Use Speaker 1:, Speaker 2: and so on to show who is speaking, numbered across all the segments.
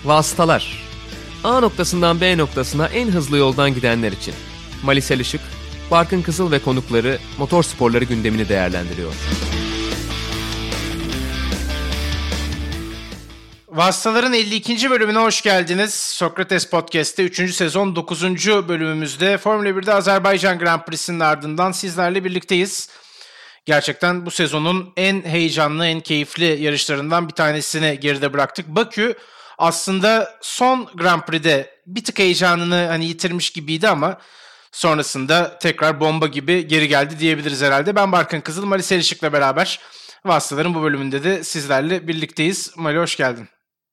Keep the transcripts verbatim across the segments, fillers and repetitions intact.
Speaker 1: Vasıtalar. A noktasından B noktasına en hızlı yoldan gidenler için. Malisel Işık, Barkın Kızıl ve konukları motor sporları gündemini değerlendiriyor.
Speaker 2: Vasıtaların elli ikinci bölümüne hoş geldiniz. Sokrates Podcast'te üçüncü sezon dokuzuncu bölümümüzde Formula birde Azerbaycan Grand Prix'sinin ardından sizlerle birlikteyiz. Gerçekten bu sezonun en heyecanlı, en keyifli yarışlarından bir tanesini geride bıraktık. Bakü aslında son Grand Prix'de bir tık heyecanını hani yitirmiş gibiydi ama sonrasında tekrar bomba gibi geri geldi diyebiliriz herhalde. Ben Barkın Kızıl, Mali Selişik'le beraber Vasıtaların bu bölümünde de sizlerle birlikteyiz. Mali hoş geldin.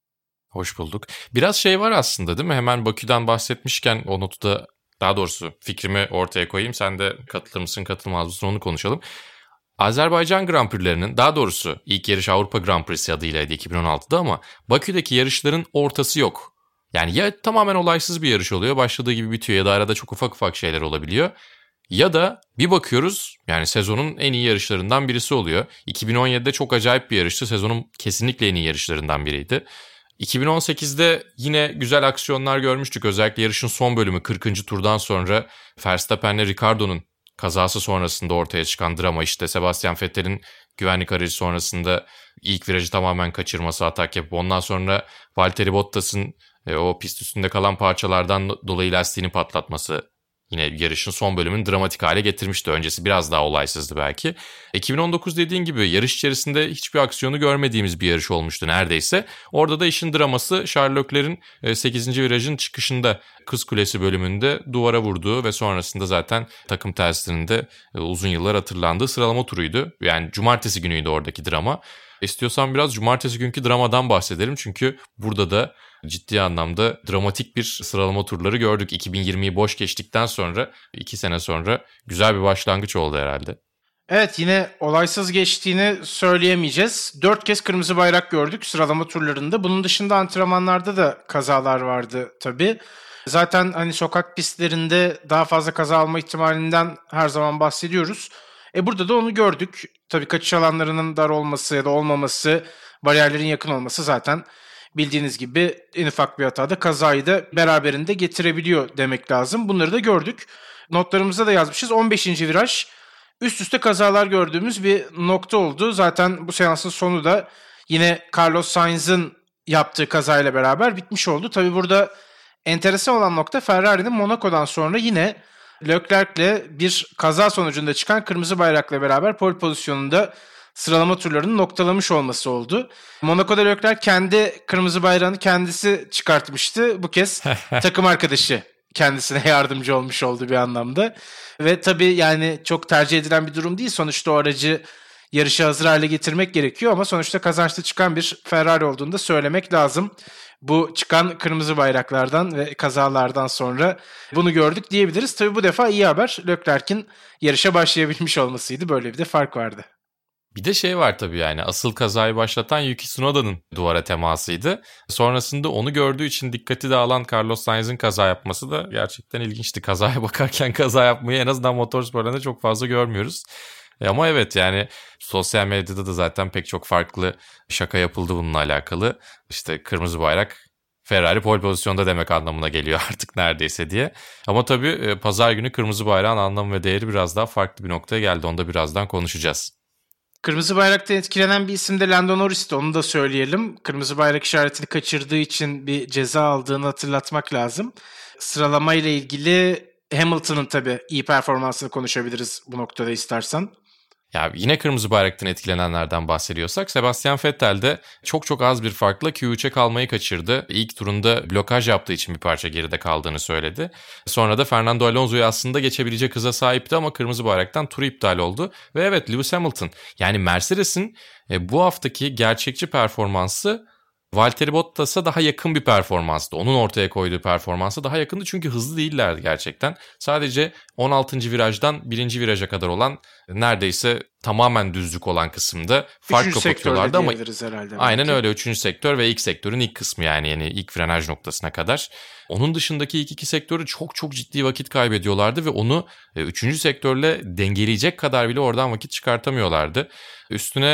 Speaker 3: Hoş bulduk. Biraz şey var aslında değil mi? Hemen Bakü'den bahsetmişken o notu da, daha doğrusu fikrimi ortaya koyayım. Sen de katılır mısın, katılmaz mısın onu konuşalım. Azerbaycan Grand Prix'lerinin, daha doğrusu ilk yarış Avrupa Grand Prix'si adıylaydı iki bin on altıda ama Bakü'deki yarışların ortası yok. Yani ya tamamen olaysız bir yarış oluyor, başladığı gibi bitiyor ya da arada çok ufak ufak şeyler olabiliyor. Ya da bir bakıyoruz yani sezonun en iyi yarışlarından birisi oluyor. iki bin on yedide çok acayip bir yarıştı. Sezonun kesinlikle en iyi yarışlarından biriydi. iki bin on sekizde yine güzel aksiyonlar görmüştük. Özellikle yarışın son bölümü kırkıncı turdan sonra Verstappen'le Ricciardo'nun kazası sonrasında ortaya çıkan drama, işte Sebastian Vettel'in güvenlik aracı sonrasında ilk virajı tamamen kaçırması, atak yapıp ondan sonra Valtteri Bottas'ın e, o pist üstünde kalan parçalardan dolayı lastiğini patlatması yine yarışın son bölümünü dramatik hale getirmişti. Öncesi biraz daha olaysızdı belki. iki bin on dokuz dediğin gibi yarış içerisinde hiçbir aksiyonu görmediğimiz bir yarış olmuştu neredeyse. Orada da işin draması Charles Leclerc'in sekizinci virajın çıkışında Kız Kulesi bölümünde duvara vurduğu ve sonrasında zaten takım telsizinin de uzun yıllar hatırlandığı sıralama turuydu. Yani cumartesi günüydü oradaki drama. İstiyorsan biraz cumartesi günkü dramadan bahsedelim çünkü burada da ciddi anlamda dramatik bir sıralama turları gördük. iki bin yirmiyi boş geçtikten sonra iki sene sonra güzel bir başlangıç oldu herhalde.
Speaker 2: Evet, yine olaysız geçtiğini söyleyemeyeceğiz. Dört kez kırmızı bayrak gördük sıralama turlarında. Bunun dışında antrenmanlarda da kazalar vardı tabii. Zaten hani sokak pistlerinde daha fazla kaza alma ihtimalinden her zaman bahsediyoruz. E burada da onu gördük. Tabii kaçış alanlarının dar olması ya da olmaması, bariyerlerin yakın olması zaten bildiğiniz gibi en ufak bir hatada kazayı da beraberinde getirebiliyor demek lazım. Bunları da gördük. Notlarımızda da yazmışız. on beşinci viraj üst üste kazalar gördüğümüz bir nokta oldu. Zaten bu seansın sonu da yine Carlos Sainz'ın yaptığı kazayla beraber bitmiş oldu. Tabii burada enteresan olan nokta Ferrari'nin Monaco'dan sonra yine Leclerc'le bir kaza sonucunda çıkan kırmızı bayrakla beraber pole pozisyonunda sıralama turlarını noktalamış olması oldu. Monaco'da Leclerc kendi kırmızı bayrağını kendisi çıkartmıştı. Bu kez takım arkadaşı kendisine yardımcı olmuş oldu bir anlamda. Ve tabii yani çok tercih edilen bir durum değil. Sonuçta o aracı yarışa hazır hale getirmek gerekiyor ama sonuçta kazançlı çıkan bir Ferrari olduğunu da söylemek lazım. Bu çıkan kırmızı bayraklardan ve kazalardan sonra bunu gördük diyebiliriz. Tabii bu defa iyi haber Leclerc'in yarışa başlayabilmiş olmasıydı. Böyle bir de fark vardı.
Speaker 3: Bir de şey var tabii, yani asıl kazayı başlatan Yuki Tsunoda'nın duvara temasıydı. Sonrasında onu gördüğü için dikkati dağılan Carlos Sainz'in kaza yapması da gerçekten ilginçti. Kazaya bakarken kaza yapmayı en azından motorsporlarında çok fazla görmüyoruz. E ama evet, yani sosyal medyada da zaten pek çok farklı şaka yapıldı bununla alakalı. İşte kırmızı bayrak Ferrari pole pozisyonda demek anlamına geliyor artık neredeyse diye. Ama tabii pazar günü kırmızı bayrağın anlamı ve değeri biraz daha farklı bir noktaya geldi. Onu da birazdan konuşacağız.
Speaker 2: Kırmızı bayraktan etkilenen bir isim de Lando Norris'ti, onu da söyleyelim. Kırmızı bayrak işaretini kaçırdığı için bir ceza aldığını hatırlatmak lazım. Sıralama ile ilgili Hamilton'ın tabii iyi performansını konuşabiliriz bu noktada istersen.
Speaker 3: Ya yine kırmızı bayraktan etkilenenlerden bahsediyorsak Sebastian Vettel de çok çok az bir farkla Q üçe kalmayı kaçırdı. İlk turunda blokaj yaptığı için bir parça geride kaldığını söyledi. Sonra da Fernando Alonso'yu aslında geçebilecek hıza sahipti ama kırmızı bayraktan turu iptal oldu. Ve evet, Lewis Hamilton, yani Mercedes'in bu haftaki gerçekçi performansı Valtteri Bottas'a daha yakın bir performanstı. Onun ortaya koyduğu performansa daha yakındı çünkü hızlı değillerdi gerçekten. Sadece on altıncı virajdan birinci viraja kadar olan neredeyse tamamen düzlük olan kısımda fark kapatıyorlardı ama aynen belki. Öyle üçüncü sektör ve ilk sektörün ilk kısmı, yani yani ilk frenaj noktasına kadar. Onun dışındaki ilk iki sektörü çok çok ciddi vakit kaybediyorlardı ve onu üçüncü sektörle dengeleyecek kadar bile oradan vakit çıkartamıyorlardı. Üstüne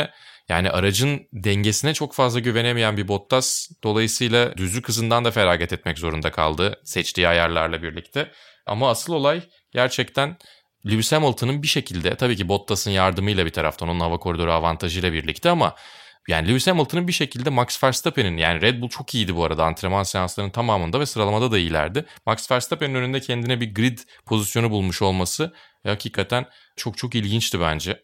Speaker 3: Yani aracın dengesine çok fazla güvenemeyen bir Bottas dolayısıyla düzlük hızından da feragat etmek zorunda kaldı seçtiği ayarlarla birlikte. Ama asıl olay gerçekten Lewis Hamilton'ın bir şekilde, tabii ki Bottas'ın yardımıyla bir taraftan, onun hava koridoru avantajıyla birlikte, ama yani Lewis Hamilton'ın bir şekilde Max Verstappen'in, yani Red Bull çok iyiydi bu arada antrenman seanslarının tamamında ve sıralamada da iyilerdi. Max Verstappen'in önünde kendine bir grid pozisyonu bulmuş olması hakikaten çok çok ilginçti bence.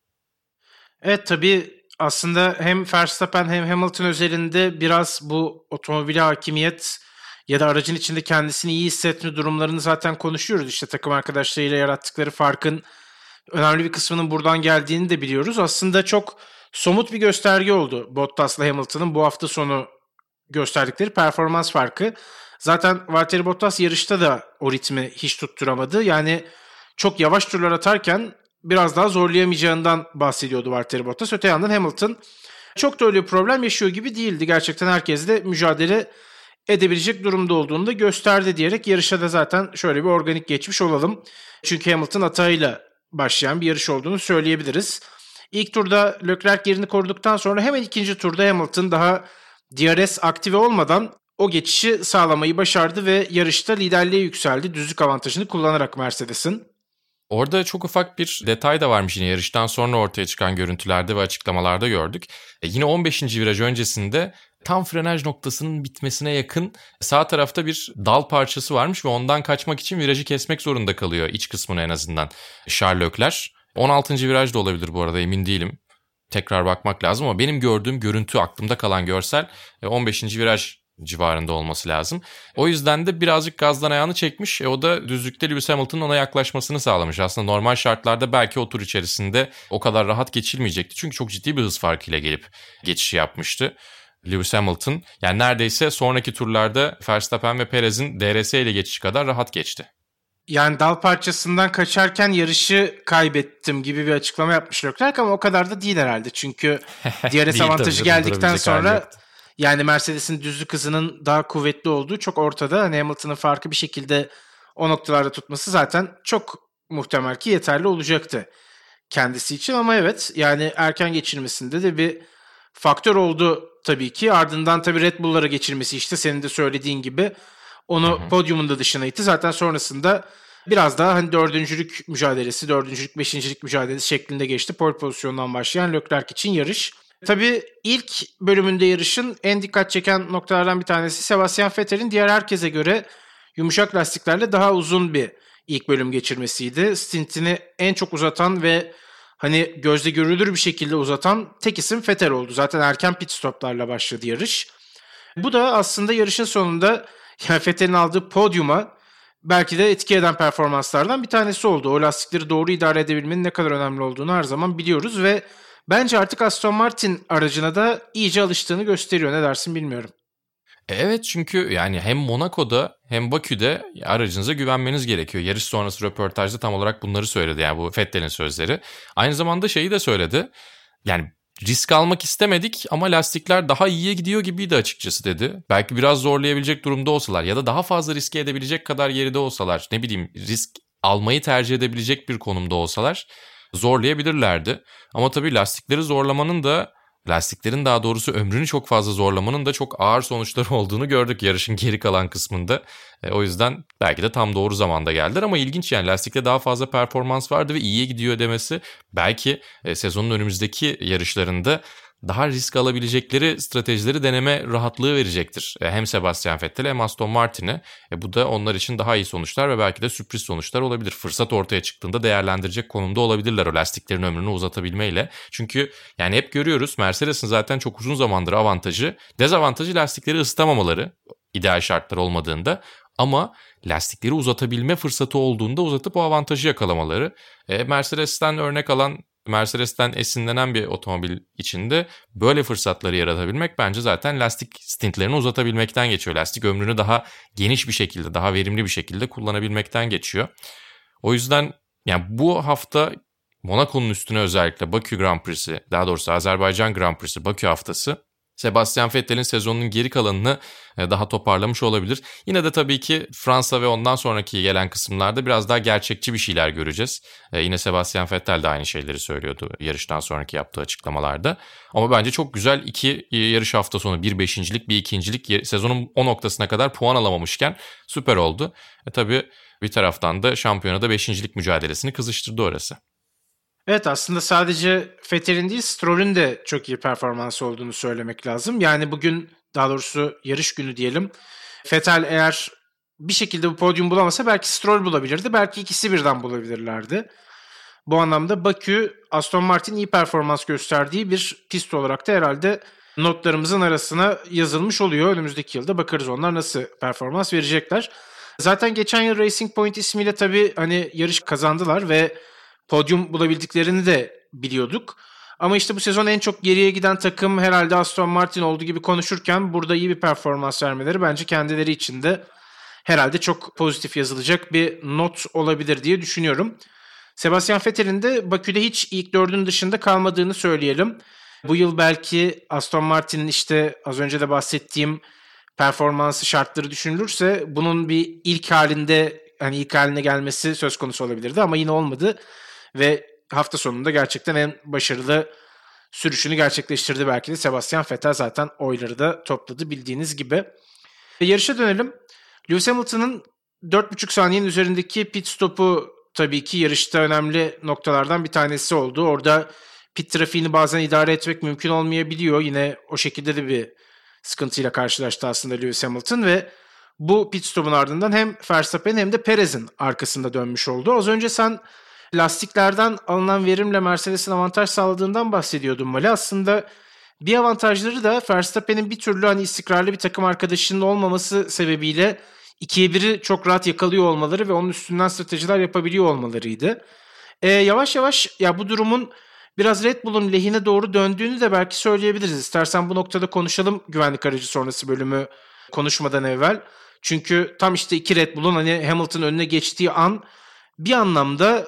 Speaker 2: Evet, tabii aslında hem Verstappen hem Hamilton özelinde biraz bu otomobile hakimiyet ya da aracın içinde kendisini iyi hissetme durumlarını zaten konuşuyoruz. İşte takım arkadaşlarıyla yarattıkları farkın önemli bir kısmının buradan geldiğini de biliyoruz. Aslında çok somut bir gösterge oldu Bottas'la Hamilton'ın bu hafta sonu gösterdikleri performans farkı. Zaten Valtteri Bottas yarışta da o ritmi hiç tutturamadı. Yani çok yavaş turlar atarken biraz daha zorlayamayacağından bahsediyordu Valtteri Bottas. Öte yandan Hamilton çok da öyle bir problem yaşıyor gibi değildi. Gerçekten herkesle mücadele edebilecek durumda olduğunu da gösterdi diyerek yarışa da zaten şöyle bir organik geçmiş olalım. Çünkü Hamilton hatayla başlayan bir yarış olduğunu söyleyebiliriz. İlk turda Leclerc yerini koruduktan sonra hemen ikinci turda Hamilton daha D R S aktive olmadan o geçişi sağlamayı başardı ve yarışta liderliğe yükseldi düzlük avantajını kullanarak Mercedes'in.
Speaker 3: Orada çok ufak bir detay da varmış yine yarıştan sonra ortaya çıkan görüntülerde ve açıklamalarda gördük. E yine on beşinci viraj öncesinde tam frenaj noktasının bitmesine yakın sağ tarafta bir dal parçası varmış ve ondan kaçmak için virajı kesmek zorunda kalıyor, iç kısmını en azından, Charles Leclerc. on altıncı viraj da olabilir bu arada, emin değilim. Tekrar bakmak lazım ama benim gördüğüm görüntü, aklımda kalan görsel on beşinci viraj civarında olması lazım. O yüzden de birazcık gazdan ayağını çekmiş. E o da düzlükte Lewis Hamilton'ın ona yaklaşmasını sağlamış. Aslında normal şartlarda belki o tur içerisinde o kadar rahat geçilmeyecekti. Çünkü çok ciddi bir hız farkıyla gelip geçişi yapmıştı Lewis Hamilton. Yani neredeyse sonraki turlarda Verstappen ve Perez'in D R S ile geçişi kadar rahat geçti.
Speaker 2: Yani dal parçasından kaçarken yarışı kaybettim gibi bir açıklama yapmış Leclerc ama o kadar da değil herhalde. Çünkü D R S avantajı geldikten sonra yani Mercedes'in düzlük hızının daha kuvvetli olduğu çok ortada. Hani Hamilton'ın farkı bir şekilde o noktalarda tutması zaten çok muhtemel ki yeterli olacaktı kendisi için. Ama evet, yani erken geçirmesinde de bir faktör oldu tabii ki. Ardından tabii Red Bull'lara geçirmesi, işte senin de söylediğin gibi onu hı hı. podyumun da dışına itti. Zaten sonrasında biraz daha hani dördüncülük mücadelesi, dördüncülük, beşincilik mücadelesi şeklinde geçti. Pole pozisyonundan başlayan Leclerc için yarış. Tabii ilk bölümünde yarışın en dikkat çeken noktalardan bir tanesi Sebastian Vettel'in diğer herkese göre yumuşak lastiklerle daha uzun bir ilk bölüm geçirmesiydi. Stintini en çok uzatan ve hani gözle görülür bir şekilde uzatan tek isim Vettel oldu. Zaten erken pit stoplarla başladı yarış. Bu da aslında yarışın sonunda yani Vettel'in aldığı podyuma belki de etki eden performanslardan bir tanesi oldu. O lastikleri doğru idare edebilmenin ne kadar önemli olduğunu her zaman biliyoruz ve bence artık Aston Martin aracına da iyice alıştığını gösteriyor. Ne dersin bilmiyorum.
Speaker 3: Evet, çünkü yani hem Monaco'da hem Bakü'de aracınıza güvenmeniz gerekiyor. Yarış sonrası röportajda tam olarak bunları söyledi, yani bu Vettel'in sözleri. Aynı zamanda şeyi de söyledi. Yani risk almak istemedik ama lastikler daha iyiye gidiyor gibiydi açıkçası dedi. Belki biraz zorlayabilecek durumda olsalar ya da daha fazla riske edebilecek kadar geride olsalar, ne bileyim risk almayı tercih edebilecek bir konumda olsalar zorlayabilirlerdi. Ama tabii lastikleri zorlamanın da, lastiklerin daha doğrusu ömrünü çok fazla zorlamanın da çok ağır sonuçları olduğunu gördük yarışın geri kalan kısmında. E, o yüzden belki de tam doğru zamanda geldiler ama ilginç, yani lastikte daha fazla performans vardı ve iyiye gidiyor demesi belki e, sezonun önümüzdeki yarışlarında daha risk alabilecekleri stratejileri deneme rahatlığı verecektir. E, hem Sebastian Vettel'e hem Aston Martin'e. E, bu da onlar için daha iyi sonuçlar ve belki de sürpriz sonuçlar olabilir. Fırsat ortaya çıktığında değerlendirecek konumda olabilirler o lastiklerin ömrünü uzatabilmeyle. Çünkü yani hep görüyoruz, Mercedes'in zaten çok uzun zamandır avantajı, dezavantajı lastikleri ısıtamamaları ideal şartlar olmadığında, ama lastikleri uzatabilme fırsatı olduğunda uzatıp o avantajı yakalamaları. E, Mercedes'ten örnek alan, Mercedes'ten esinlenen bir otomobil içinde böyle fırsatları yaratabilmek bence zaten lastik stintlerini uzatabilmekten geçiyor. Lastik ömrünü daha geniş bir şekilde, daha verimli bir şekilde kullanabilmekten geçiyor. O yüzden yani bu hafta Monaco'nun üstüne özellikle Bakü Grand Prix'si, daha doğrusu Azerbaycan Grand Prix'si, Bakü haftası Sebastian Vettel'in sezonunun geri kalanını daha toparlamış olabilir. Yine de tabii ki Fransa ve ondan sonraki gelen kısımlarda biraz daha gerçekçi bir şeyler göreceğiz. Yine Sebastian Vettel de aynı şeyleri söylüyordu yarıştan sonraki yaptığı açıklamalarda. Ama bence çok güzel iki yarış hafta sonu, bir beşincilik bir ikincilik, sezonun o noktasına kadar puan alamamışken süper oldu. E tabii bir taraftan da şampiyonada beşincilik mücadelesini kızıştırdı orası.
Speaker 2: Evet, aslında sadece Vettel'in değil Stroll'ün de çok iyi performansı olduğunu söylemek lazım. Yani bugün, daha doğrusu yarış günü diyelim, Vettel eğer bir şekilde bu podyum bulamasa belki Stroll bulabilirdi. Belki ikisi birden bulabilirlerdi. Bu anlamda Bakü, Aston Martin iyi performans gösterdiği bir pist olarak da herhalde notlarımızın arasına yazılmış oluyor. Önümüzdeki yılda bakarız onlar nasıl performans verecekler. Zaten geçen yıl Racing Point ismiyle tabii hani yarış kazandılar ve podyum bulabildiklerini de biliyorduk. Ama işte bu sezon en çok geriye giden takım herhalde Aston Martin olduğu gibi konuşurken burada iyi bir performans vermeleri bence kendileri için de herhalde çok pozitif yazılacak bir not olabilir diye düşünüyorum. Sebastian Vettel'in de Bakü'de hiç ilk dördün dışında kalmadığını söyleyelim. Bu yıl belki Aston Martin'in işte az önce de bahsettiğim performansı şartları düşünülürse bunun bir ilk halinde, hani ilk haline gelmesi söz konusu olabilirdi ama yine olmadı. Ve hafta sonunda gerçekten en başarılı sürüşünü gerçekleştirdi belki de Sebastian Vettel, zaten oyları da topladı bildiğiniz gibi. E, yarışa dönelim. Lewis Hamilton'ın dört buçuk saniyenin üzerindeki pit stopu tabii ki yarışta önemli noktalardan bir tanesi oldu. Orada pit trafiğini bazen idare etmek mümkün olmayabiliyor. Yine o şekilde de bir sıkıntıyla karşılaştı aslında Lewis Hamilton ve bu pit stopun ardından hem Verstappen hem de Perez'in arkasında dönmüş oldu. Az önce sen lastiklerden alınan verimle Mercedes'in avantaj sağladığından bahsediyordum Mali. Aslında bir avantajları da Verstappen'in bir türlü hani istikrarlı bir takım arkadaşının olmaması sebebiyle ikiye biri çok rahat yakalıyor olmaları ve onun üstünden stratejiler yapabiliyor olmalarıydı. Ee, yavaş yavaş ya bu durumun biraz Red Bull'un lehine doğru döndüğünü de belki söyleyebiliriz. İstersen bu noktada konuşalım güvenlik aracı sonrası bölümü konuşmadan evvel. Çünkü tam işte iki Red Bull'un hani Hamilton önüne geçtiği an bir anlamda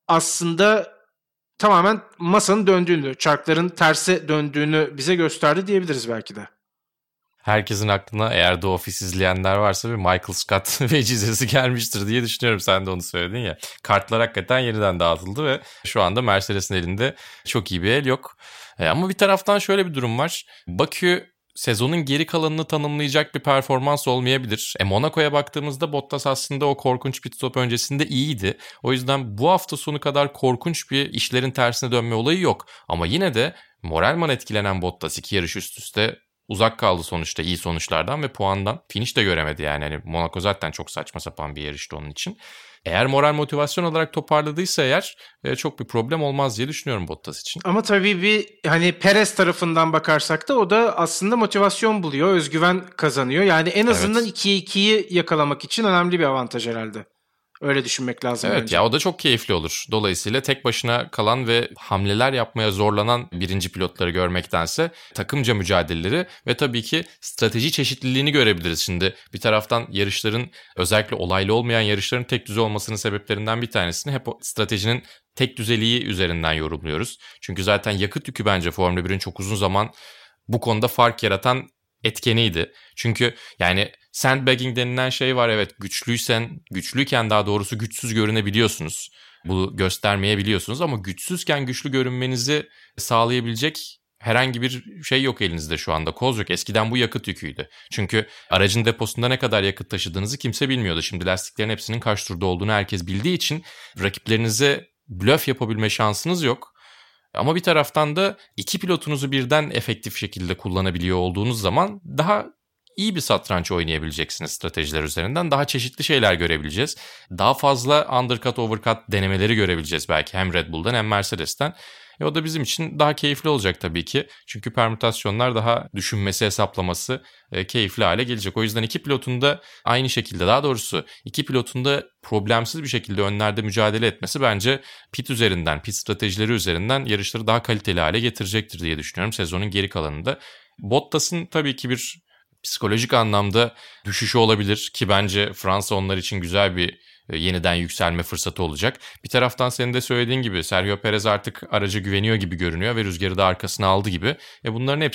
Speaker 2: aslında tamamen masanın döndüğünü, çarkların terse döndüğünü bize gösterdi diyebiliriz belki de.
Speaker 3: Herkesin aklına eğer The Office izleyenler varsa bir Michael Scott vecizesi gelmiştir diye düşünüyorum. Sen de onu söyledin ya. Kartlar hakikaten yeniden dağıtıldı ve şu anda Mercedes'in elinde çok iyi bir el yok. E ama bir taraftan şöyle bir durum var. Bakü sezonun geri kalanını tanımlayacak bir performans olmayabilir. E Monaco'ya baktığımızda Bottas aslında o korkunç pit stop öncesinde iyiydi. O yüzden bu hafta sonu kadar korkunç bir işlerin tersine dönme olayı yok. Ama yine de moralman etkilenen Bottas iki yarış üst üste uzak kaldı sonuçta iyi sonuçlardan ve puandan. Finish de göremedi yani. yani Monaco zaten çok saçma sapan bir yarıştı onun için. Eğer moral motivasyon olarak toparladıysa eğer çok bir problem olmaz diye düşünüyorum Bottas için.
Speaker 2: Ama tabii bir hani Perez tarafından bakarsak da o da aslında motivasyon buluyor, özgüven kazanıyor. Yani en azından evet. ikiye ikiyi yakalamak için önemli bir avantaj herhalde. Öyle düşünmek lazım
Speaker 3: evet,
Speaker 2: bence.
Speaker 3: ya o da çok keyifli olur. Dolayısıyla tek başına kalan ve hamleler yapmaya zorlanan birinci pilotları görmektense takımca mücadeleleri ve tabii ki strateji çeşitliliğini görebiliriz. Şimdi bir taraftan yarışların, özellikle olaylı olmayan yarışların tek düze olmasının sebeplerinden bir tanesini hep o stratejinin tek düzeliği üzerinden yorumluyoruz. Çünkü zaten yakıt yükü bence Formula birin çok uzun zaman bu konuda fark yaratan etkeniydi. Çünkü yani sandbagging denilen şey var, evet, güçlüysen, güçlüyken daha doğrusu güçsüz görünebiliyorsunuz. Bunu göstermeyebiliyorsunuz ama güçsüzken güçlü görünmenizi sağlayabilecek herhangi bir şey yok elinizde şu anda. Koz yok. Eskiden bu yakıt yüküydü. Çünkü aracın deposunda ne kadar yakıt taşıdığınızı kimse bilmiyordu. Şimdi lastiklerin hepsinin kaç turda olduğunu herkes bildiği için rakiplerinize blöf yapabilme şansınız yok. Ama bir taraftan da iki pilotunuzu birden efektif şekilde kullanabiliyor olduğunuz zaman daha iyi bir satranç oynayabileceksiniz stratejiler üzerinden. Daha çeşitli şeyler görebileceğiz. Daha fazla undercut, overcut denemeleri görebileceğiz belki hem Red Bull'dan hem Mercedes'ten. E o da bizim için daha keyifli olacak tabii ki. Çünkü permütasyonlar daha düşünmesi, hesaplaması e, keyifli hale gelecek. O yüzden iki pilotun da aynı şekilde, daha doğrusu iki pilotun da problemsiz bir şekilde önlerde mücadele etmesi bence pit üzerinden, pit stratejileri üzerinden yarışları daha kaliteli hale getirecektir diye düşünüyorum sezonun geri kalanında. Bottas'ın tabii ki bir psikolojik anlamda düşüşü olabilir ki bence Fransa onlar için güzel bir yeniden yükselme fırsatı olacak. Bir taraftan senin de söylediğin gibi Sergio Perez artık araca güveniyor gibi görünüyor ve rüzgarı da arkasına aldı gibi. E bunların hepsi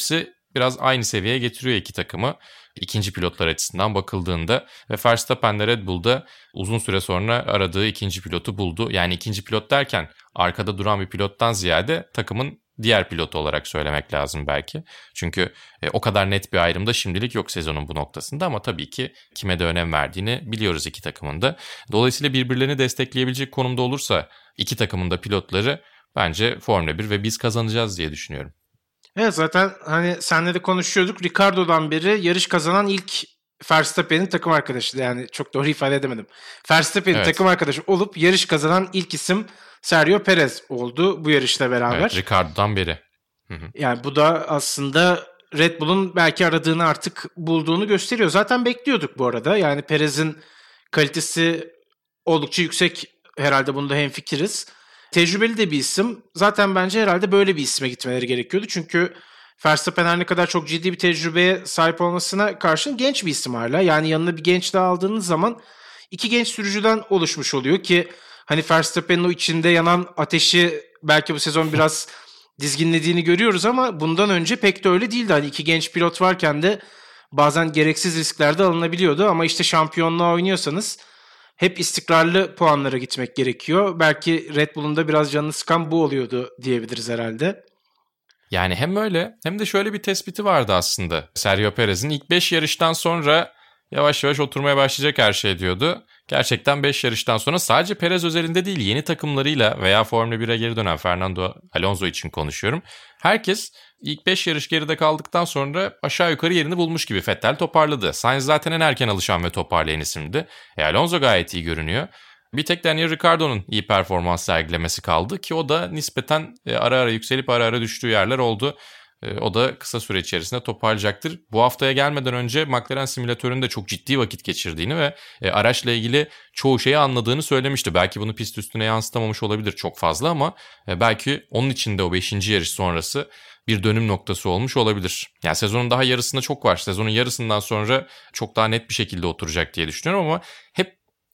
Speaker 3: biraz aynı seviyeye getiriyor iki takımı. İkinci pilotlar açısından bakıldığında ve Verstappen'le Red Bull'da uzun süre sonra aradığı ikinci pilotu buldu. Yani ikinci pilot derken arkada duran bir pilottan ziyade takımın diğer pilotu olarak söylemek lazım belki. Çünkü e, o kadar net bir ayrım da şimdilik yok sezonun bu noktasında ama tabii ki kime de önem verdiğini biliyoruz iki takımın da. Dolayısıyla birbirlerini destekleyebilecek konumda olursa iki takımın da pilotları bence Formula bir ve biz kazanacağız diye düşünüyorum.
Speaker 2: Evet, zaten hani senle de konuşuyorduk. Ricardo'dan beri yarış kazanan ilk Verstappen'in takım arkadaşı. Yani çok doğru ifade edemedim. Verstappen'in evet. takım arkadaşı olup yarış kazanan ilk isim Sergio Perez oldu bu yarışla beraber.
Speaker 3: Evet, Ricardo'dan beri. Hı hı.
Speaker 2: Yani bu da aslında Red Bull'un belki aradığını artık bulduğunu gösteriyor. Zaten bekliyorduk bu arada. Yani Perez'in kalitesi oldukça yüksek, herhalde bunda hemfikiriz. Tecrübeli de bir isim. Zaten bence herhalde böyle bir isme gitmeleri gerekiyordu. Çünkü Verstappen her ne kadar çok ciddi bir tecrübeye sahip olmasına karşın genç bir isim hala. Yani yanına bir genç daha aldığınız zaman iki genç sürücüden oluşmuş oluyor ki hani Verstappen'in o içinde yanan ateşi belki bu sezon biraz dizginlediğini görüyoruz ama bundan önce pek de öyle değildi. Hani iki genç pilot varken de bazen gereksiz riskler de alınabiliyordu ama işte şampiyonluğa oynuyorsanız hep istikrarlı puanlara gitmek gerekiyor. Belki Red Bull'un da biraz canını sıkan bu oluyordu diyebiliriz herhalde.
Speaker 3: Yani hem öyle hem de şöyle bir tespiti vardı aslında. Sergio Perez'in ilk beş yarıştan sonra yavaş yavaş oturmaya başlayacak her şey diyordu. Gerçekten beş yarıştan sonra sadece Perez özelinde değil, yeni takımlarıyla veya Formula bire geri dönen Fernando Alonso için konuşuyorum. Herkes ilk beş yarış geride kaldıktan sonra aşağı yukarı yerini bulmuş gibi. Vettel toparladı. Sainz zaten en erken alışan ve toparlayan isimdi. E Alonso gayet iyi görünüyor. Bir tek Daniel Ricciardo'nun iyi performans sergilemesi kaldı ki o da nispeten ara ara yükselip ara ara düştüğü yerler oldu. O da kısa süre içerisinde toparlayacaktır. Bu haftaya gelmeden önce McLaren simülatöründe çok ciddi vakit geçirdiğini ve araçla ilgili çoğu şeyi anladığını söylemişti. Belki bunu pist üstüne yansıtamamış olabilir çok fazla ama belki onun için de o beşinci yarış sonrası bir dönüm noktası olmuş olabilir. Yani sezonun daha yarısında çok var. Sezonun yarısından sonra çok daha net bir şekilde oturacak diye düşünüyorum ama hep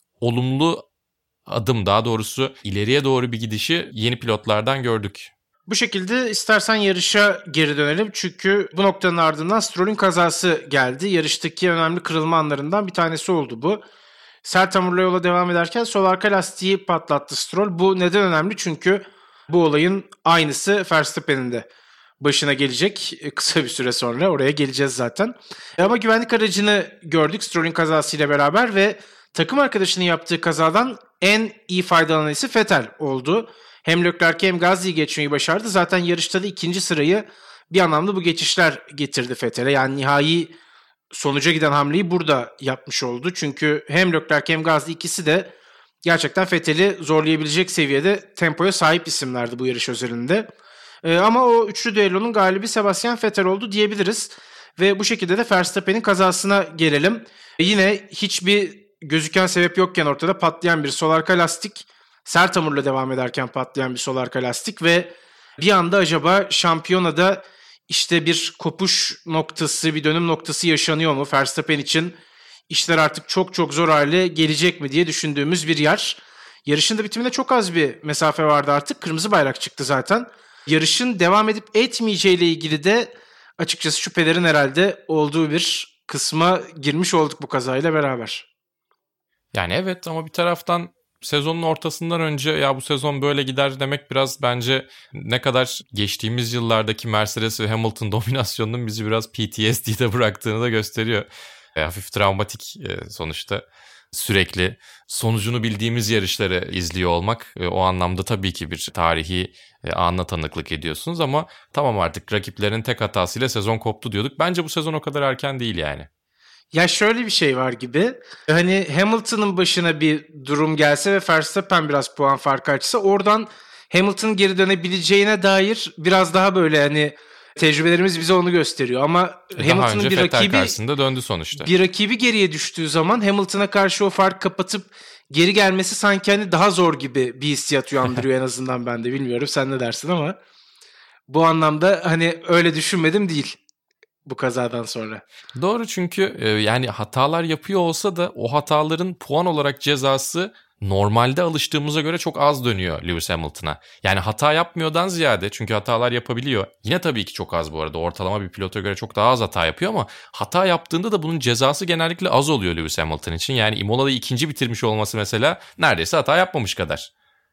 Speaker 3: olumlu adım, daha doğrusu ileriye doğru bir gidişi yeni pilotlardan gördük.
Speaker 2: Bu şekilde istersen yarışa geri dönelim. Çünkü bu noktanın ardından Stroll'ün kazası geldi. Yarıştaki önemli kırılma anlarından bir tanesi oldu bu. Sert hamurla yola devam ederken sol arka lastiği patlattı Stroll. Bu neden önemli? Çünkü bu olayın aynısı Verstappen'in de başına gelecek kısa bir süre sonra. Oraya geleceğiz zaten. Ama güvenlik aracını gördük Stroll'ün kazasıyla beraber ve takım arkadaşının yaptığı kazadan en iyi faydalanan isim Vettel oldu. Hem Leclerc'i hem Gasly'yi geçmeyi başardı. Zaten yarışta da ikinci sırayı bir anlamda bu geçişler getirdi Vettel'e. Yani nihai sonuca giden hamleyi burada yapmış oldu. Çünkü hem Leclerc hem Gasly ikisi de gerçekten Vettel'i zorlayabilecek seviyede tempoya sahip isimlerdi bu yarış özelinde. Ee, ama o üçlü düellonun galibi Sebastian Vettel oldu diyebiliriz. Ve bu şekilde de Verstappen'in kazasına gelelim. Ee, yine hiçbir gözüken sebep yokken ortada patlayan bir sol arka lastik. Sert hamurla devam ederken patlayan bir sol arka lastik ve bir anda acaba şampiyonada işte bir kopuş noktası, bir dönüm noktası yaşanıyor mu? Verstappen için işler artık çok çok zor hale gelecek mi diye düşündüğümüz bir yer. Yarışın da bitimine çok az bir mesafe vardı artık. Kırmızı bayrak çıktı zaten. Yarışın devam edip etmeyeceğiyle ilgili de açıkçası şüphelerin herhalde olduğu bir kısma girmiş olduk bu kazayla beraber.
Speaker 3: Yani evet ama bir taraftan sezonun ortasından önce ya bu sezon böyle gider demek biraz bence ne kadar geçtiğimiz yıllardaki Mercedes ve Hamilton dominasyonunun bizi biraz P T S D'de bıraktığını da gösteriyor. E, hafif travmatik e, sonuçta sürekli sonucunu bildiğimiz yarışları izliyor olmak e, o anlamda tabii ki bir tarihi e, anla tanıklık ediyorsunuz ama tamam artık rakiplerin tek hatasıyla sezon koptu diyorduk. Bence bu sezon o kadar erken değil yani.
Speaker 2: Ya şöyle bir şey var gibi. Hani Hamilton'ın başına bir durum gelse ve Verstappen biraz puan farkı açsa oradan Hamilton'ın geri dönebileceğine dair biraz daha böyle hani tecrübelerimiz bize onu gösteriyor. Ama
Speaker 3: e
Speaker 2: Hamilton'ın bir rakibi
Speaker 3: karşısında döndü sonuçta.
Speaker 2: Bir rakibi geriye düştüğü zaman Hamilton'a karşı o fark kapatıp geri gelmesi sanki hani daha zor gibi bir hissiyat uyandırıyor en azından ben de bilmiyorum sen ne dersin ama bu anlamda hani öyle düşünmedim değil. Bu kazadan sonra.
Speaker 3: Doğru çünkü e, yani hatalar yapıyor olsa da o hataların puan olarak cezası normalde alıştığımıza göre çok az dönüyor Lewis Hamilton'a. Yani hata yapmıyordan ziyade, çünkü hatalar yapabiliyor. Yine tabii ki çok az bu arada. Ortalama bir pilota göre çok daha az hata yapıyor ama hata yaptığında da bunun cezası genellikle az oluyor Lewis Hamilton için. Yani Imola'da ikinci bitirmiş olması mesela neredeyse hata yapmamış kadar.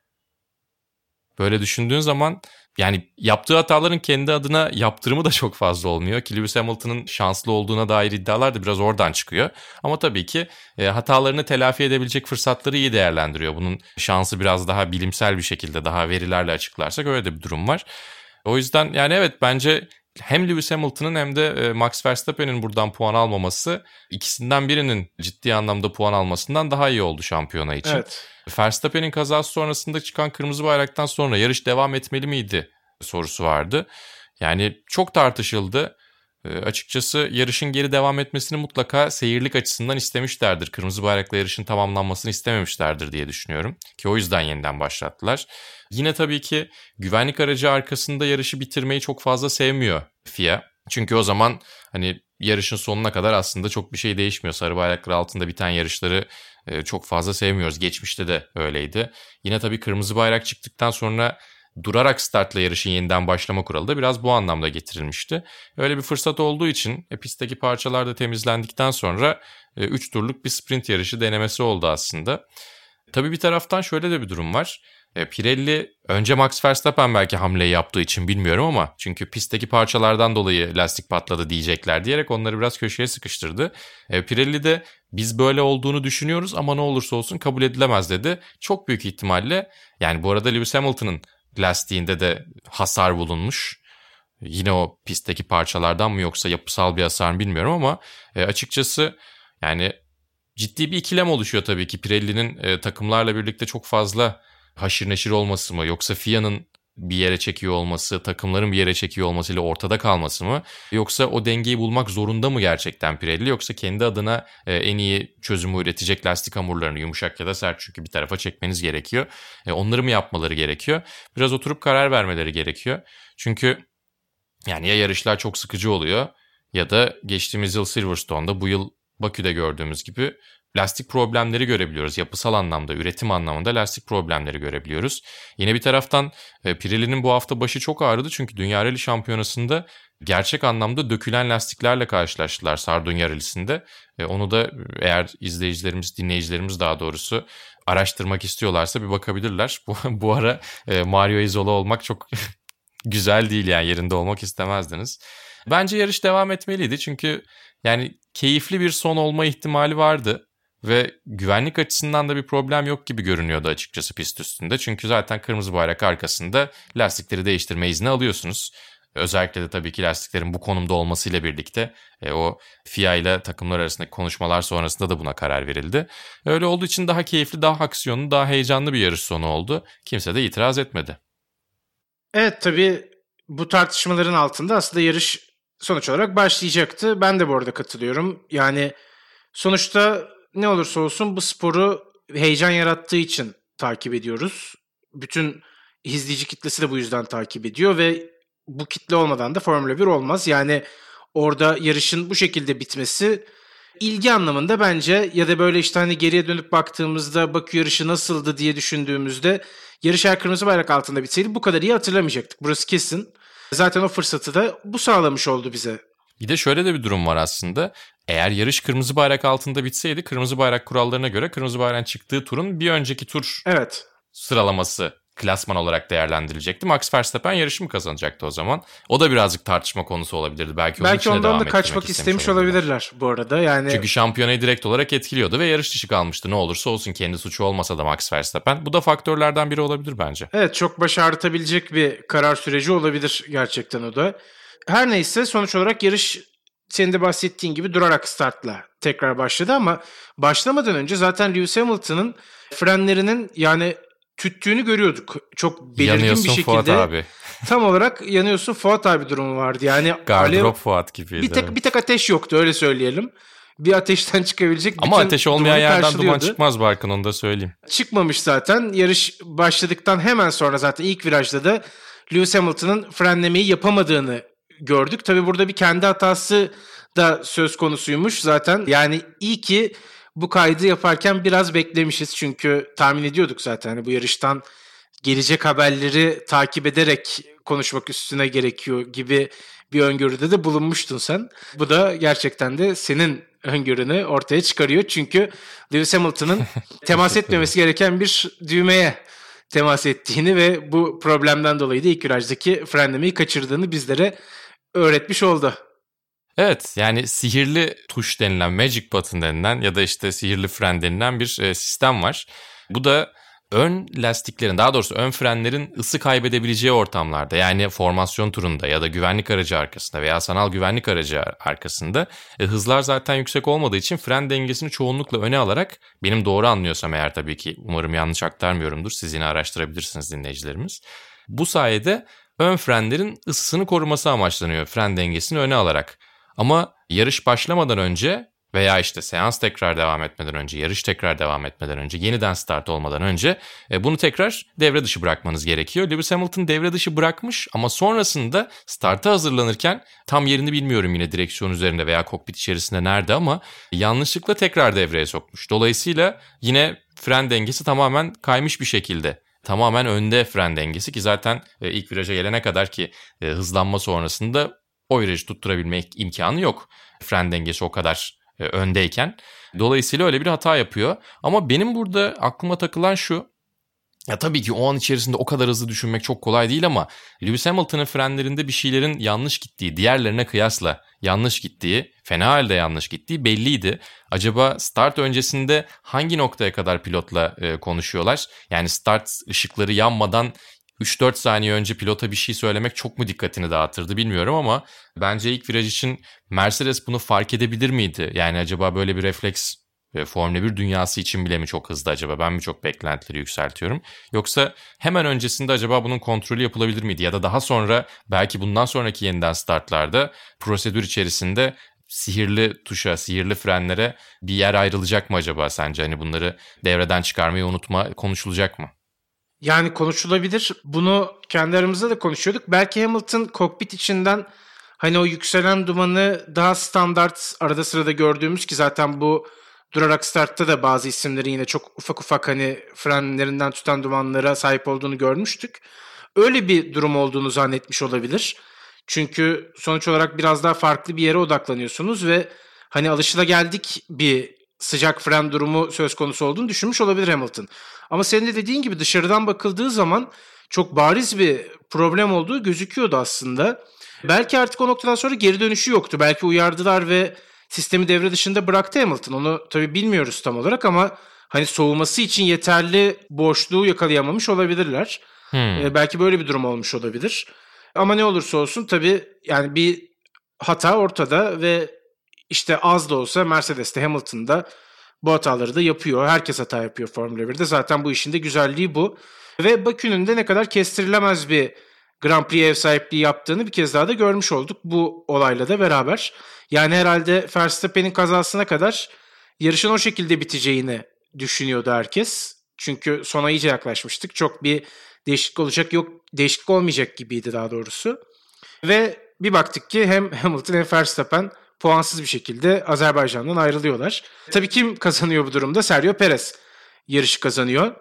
Speaker 3: Böyle düşündüğün zaman yani yaptığı hataların kendi adına yaptırımı da çok fazla olmuyor ki Lewis Hamilton'ın şanslı olduğuna dair iddialar da biraz oradan çıkıyor. Ama tabii ki e, hatalarını telafi edebilecek fırsatları iyi değerlendiriyor. Bunun şansı biraz daha bilimsel bir şekilde, daha verilerle açıklarsak öyle de bir durum var. O yüzden yani evet, bence hem Lewis Hamilton'ın hem de Max Verstappen'in buradan puan almaması ikisinden birinin ciddi anlamda puan almasından daha iyi oldu şampiyona için.
Speaker 2: Evet.
Speaker 3: Verstappen'in kazası sonrasında çıkan kırmızı bayraktan sonra yarış devam etmeli miydi sorusu vardı. Yani çok tartışıldı. E, açıkçası yarışın geri devam etmesini mutlaka seyirlik açısından istemişlerdir. Kırmızı bayrakla yarışın tamamlanmasını istememişlerdir diye düşünüyorum. Ki o yüzden yeniden başlattılar. Yine tabii ki güvenlik aracı arkasında yarışı bitirmeyi çok fazla sevmiyor F I A. Çünkü o zaman hani yarışın sonuna kadar aslında çok bir şey değişmiyor. Sarı bayraklar altında biten yarışları e, çok fazla sevmiyoruz. Geçmişte de öyleydi. Yine tabii kırmızı bayrak çıktıktan sonra durarak startla yarışın yeniden başlama kuralı da biraz bu anlamda getirilmişti. Öyle bir fırsat olduğu için e, pistteki parçalar da temizlendikten sonra üç e, turluk bir sprint yarışı denemesi oldu aslında. Tabii bir taraftan şöyle de bir durum var. E, Pirelli önce Max Verstappen belki hamleyi yaptığı için bilmiyorum ama çünkü pistteki parçalardan dolayı lastik patladı diyecekler diyerek onları biraz köşeye sıkıştırdı. E, Pirelli de biz böyle olduğunu düşünüyoruz ama ne olursa olsun kabul edilemez dedi. Çok büyük ihtimalle, yani bu arada Lewis Hamilton'ın lastiğinde de hasar bulunmuş. Yine o pistteki parçalardan mı yoksa yapısal bir hasar mı bilmiyorum ama e, açıkçası yani ciddi bir ikilem oluşuyor tabii ki. Pirelli'nin e, takımlarla birlikte çok fazla haşır neşir olması mı, yoksa F I A'nın bir yere çekiyor olması, takımların bir yere çekiyor olmasıyla ortada kalması mı, yoksa o dengeyi bulmak zorunda mı gerçekten Pirelli, yoksa kendi adına e, en iyi çözümü üretecek lastik hamurlarını, yumuşak ya da sert, çünkü bir tarafa çekmeniz gerekiyor. E, onları mı yapmaları gerekiyor? Biraz oturup karar vermeleri gerekiyor. Çünkü yani ya yarışlar çok sıkıcı oluyor ya da geçtiğimiz yıl Silverstone'da, bu yıl Bakü'de gördüğümüz gibi lastik problemleri görebiliyoruz. Yapısal anlamda, üretim anlamında lastik problemleri görebiliyoruz. Yine bir taraftan e, Pirelli'nin bu hafta başı çok ağrıdı çünkü Dünya Rally Şampiyonası'nda gerçek anlamda dökülen lastiklerle karşılaştılar Sardunya Rally'sinde. E, onu da eğer izleyicilerimiz, dinleyicilerimiz daha doğrusu araştırmak istiyorlarsa bir bakabilirler. Bu, bu ara e, Mario Isola olmak çok güzel değil, yani yerinde olmak istemezdiniz. Bence yarış devam etmeliydi çünkü yani keyifli bir son olma ihtimali vardı. Ve güvenlik açısından da bir problem yok gibi görünüyordu açıkçası pist üstünde. Çünkü zaten kırmızı bayrak arkasında lastikleri değiştirme izni alıyorsunuz. Özellikle de tabii ki lastiklerin bu konumda olmasıyla birlikte e, o F I A ile takımlar arasındaki konuşmalar sonrasında da buna karar verildi. Öyle olduğu için daha keyifli, daha aksiyonlu, daha heyecanlı bir yarış sonu oldu. Kimse de itiraz etmedi.
Speaker 2: Evet, tabii bu tartışmaların altında aslında yarış sonuç olarak başlayacaktı. Ben de bu arada katılıyorum. Yani sonuçta ne olursa olsun bu sporu heyecan yarattığı için takip ediyoruz. Bütün izleyici kitlesi de bu yüzden takip ediyor ve bu kitle olmadan da Formula bir olmaz. Yani orada yarışın bu şekilde bitmesi ilgi anlamında bence, ya da böyle işte hani geriye dönüp baktığımızda Bakü yarışı nasıldı diye düşündüğümüzde yarış eğer kırmızı bayrak altında bitseydi bu kadar iyi hatırlamayacaktık. Burası kesin. Zaten o fırsatı da bu sağlamış oldu bize.
Speaker 3: Bir de şöyle de bir durum var aslında. Eğer yarış kırmızı bayrak altında bitseydi, kırmızı bayrak kurallarına göre kırmızı bayrağın çıktığı turun bir önceki tur
Speaker 2: evet.
Speaker 3: sıralaması klasman olarak değerlendirilecekti. Max Verstappen yarışı mı kazanacaktı o zaman? O da birazcık tartışma konusu olabilirdi. Belki,
Speaker 2: Belki ondan da kaçmak istemiş olabilirler bu arada. Yani
Speaker 3: çünkü şampiyonayı direkt olarak etkiliyordu ve yarış dışı kalmıştı. Ne olursa olsun kendi suçu olmasa da Max Verstappen. Bu da faktörlerden biri olabilir bence.
Speaker 2: Evet, çok baş ağrıtabilecek bir karar süreci olabilir gerçekten o da. Her neyse, sonuç olarak yarış senin de bahsettiğin gibi durarak startla tekrar başladı ama başlamadan önce zaten Lewis Hamilton'ın frenlerinin yani tüttüğünü görüyorduk. Çok belirgin
Speaker 3: yanıyorsun
Speaker 2: bir şekilde.
Speaker 3: Fuat abi.
Speaker 2: Tam olarak yanıyorsun Fuat abi durumu vardı. Yani
Speaker 3: Gardırop Fuat gibiydi.
Speaker 2: Bir tek bir tek ateş yoktu, öyle söyleyelim. Bir ateşten çıkabilecek bütün
Speaker 3: ama ateş olmayan yerden duman
Speaker 2: karşılıyordu.
Speaker 3: Çıkmaz Barkın, onu da söyleyeyim.
Speaker 2: Çıkmamış zaten. Yarış başladıktan hemen sonra zaten ilk virajda da Lewis Hamilton'ın frenlemeyi yapamadığını gördük. Tabii burada bir kendi hatası da söz konusuymuş zaten. Yani iyi ki bu kaydı yaparken biraz beklemişiz. Çünkü tahmin ediyorduk zaten hani bu yarıştan gelecek haberleri takip ederek konuşmak üstüne gerekiyor gibi bir öngörüde de bulunmuştun sen. Bu da gerçekten de senin öngörünü ortaya çıkarıyor. Çünkü Lewis Hamilton'ın temas etmemesi gereken bir düğmeye temas ettiğini ve bu problemden dolayı da ilk virajdaki frenlemeyi kaçırdığını bizlere öğretmiş oldu.
Speaker 3: Evet, yani sihirli tuş denilen, magic button denilen ya da işte sihirli fren denilen bir e, sistem var. Bu da ön lastiklerin, daha doğrusu ön frenlerin ısı kaybedebileceği ortamlarda, yani formasyon turunda ya da güvenlik aracı arkasında veya sanal güvenlik aracı arkasında e, hızlar zaten yüksek olmadığı için fren dengesini çoğunlukla öne alarak, benim doğru anlıyorsam eğer, tabii ki umarım yanlış aktarmıyorumdur, siz yine araştırabilirsiniz dinleyicilerimiz. Bu sayede ön frenlerin ısısını koruması amaçlanıyor fren dengesini öne alarak. Ama yarış başlamadan önce veya işte seans tekrar devam etmeden önce, yarış tekrar devam etmeden önce, yeniden start olmadan önce e, bunu tekrar devre dışı bırakmanız gerekiyor. Lewis Hamilton devre dışı bırakmış ama sonrasında starta hazırlanırken, tam yerini bilmiyorum yine direksiyon üzerinde veya kokpit içerisinde nerede, ama yanlışlıkla tekrar devreye sokmuş. Dolayısıyla yine fren dengesi tamamen kaymış bir şekilde. Tamamen önde fren dengesi ki zaten e, ilk viraja gelene kadar ki e, hızlanma sonrasında o virajı tutturabilme imkanı yok. Fren dengesi o kadar e, öndeyken. Dolayısıyla öyle bir hata yapıyor. Ama benim burada aklıma takılan şu. Ya tabii ki o an içerisinde o kadar hızlı düşünmek çok kolay değil ama Lewis Hamilton'ın frenlerinde bir şeylerin yanlış gittiği, diğerlerine kıyasla yanlış gittiği, fena halde yanlış gittiği belliydi. Acaba start öncesinde hangi noktaya kadar pilotla e, konuşuyorlar? Yani start ışıkları yanmadan üç dört saniye önce pilota bir şey söylemek çok mu dikkatini dağıtırdı bilmiyorum ama bence ilk viraj için Mercedes bunu fark edebilir miydi? Yani acaba böyle bir refleks Formula bir dünyası için bile mi çok hızlı acaba? Ben mi çok beklentileri yükseltiyorum? Yoksa hemen öncesinde acaba bunun kontrolü yapılabilir miydi? Ya da daha sonra, belki bundan sonraki yeniden startlarda prosedür içerisinde sihirli tuşa, sihirli frenlere bir yer ayrılacak mı acaba sence? Hani bunları devreden çıkarmayı unutma konuşulacak mı?
Speaker 2: Yani konuşulabilir. Bunu kendi aramızda da konuşuyorduk. Belki Hamilton kokpit içinden hani o yükselen dumanı daha standart arada sırada gördüğümüz, ki zaten bu durarak startta da bazı isimlerin yine çok ufak ufak hani frenlerinden tutan dumanlara sahip olduğunu görmüştük. Öyle bir durum olduğunu zannetmiş olabilir. Çünkü sonuç olarak biraz daha farklı bir yere odaklanıyorsunuz ve hani alışılageldik bir sıcak fren durumu söz konusu olduğunu düşünmüş olabilir Hamilton. Ama senin de dediğin gibi dışarıdan bakıldığı zaman çok bariz bir problem olduğu gözüküyordu aslında. Belki artık o noktadan sonra geri dönüşü yoktu. Belki uyardılar ve sistemi devre dışında bıraktı Hamilton. Onu tabii bilmiyoruz tam olarak ama hani soğuması için yeterli boşluğu yakalayamamış olabilirler. Hmm. Ee, belki böyle bir durum olmuş olabilir. Ama ne olursa olsun tabii yani bir hata ortada ve işte az da olsa Mercedes'te, Hamilton'da bu hataları da yapıyor. Herkes hata yapıyor Formula birde. Zaten bu işin de güzelliği bu. Ve Bakü'nün de ne kadar kestirilemez bir Grand Prix ev sahipliği yaptığını bir kez daha da görmüş olduk bu olayla da beraber. Yani herhalde Verstappen'in kazasına kadar yarışın o şekilde biteceğini düşünüyordu herkes. Çünkü sona iyice yaklaşmıştık. Çok bir değişiklik olacak, yok değişiklik olmayacak gibiydi daha doğrusu. Ve bir baktık ki hem Hamilton hem Verstappen puansız bir şekilde Azerbaycan'dan ayrılıyorlar. Tabii kim kazanıyor bu durumda? Sergio Perez yarışı kazanıyor.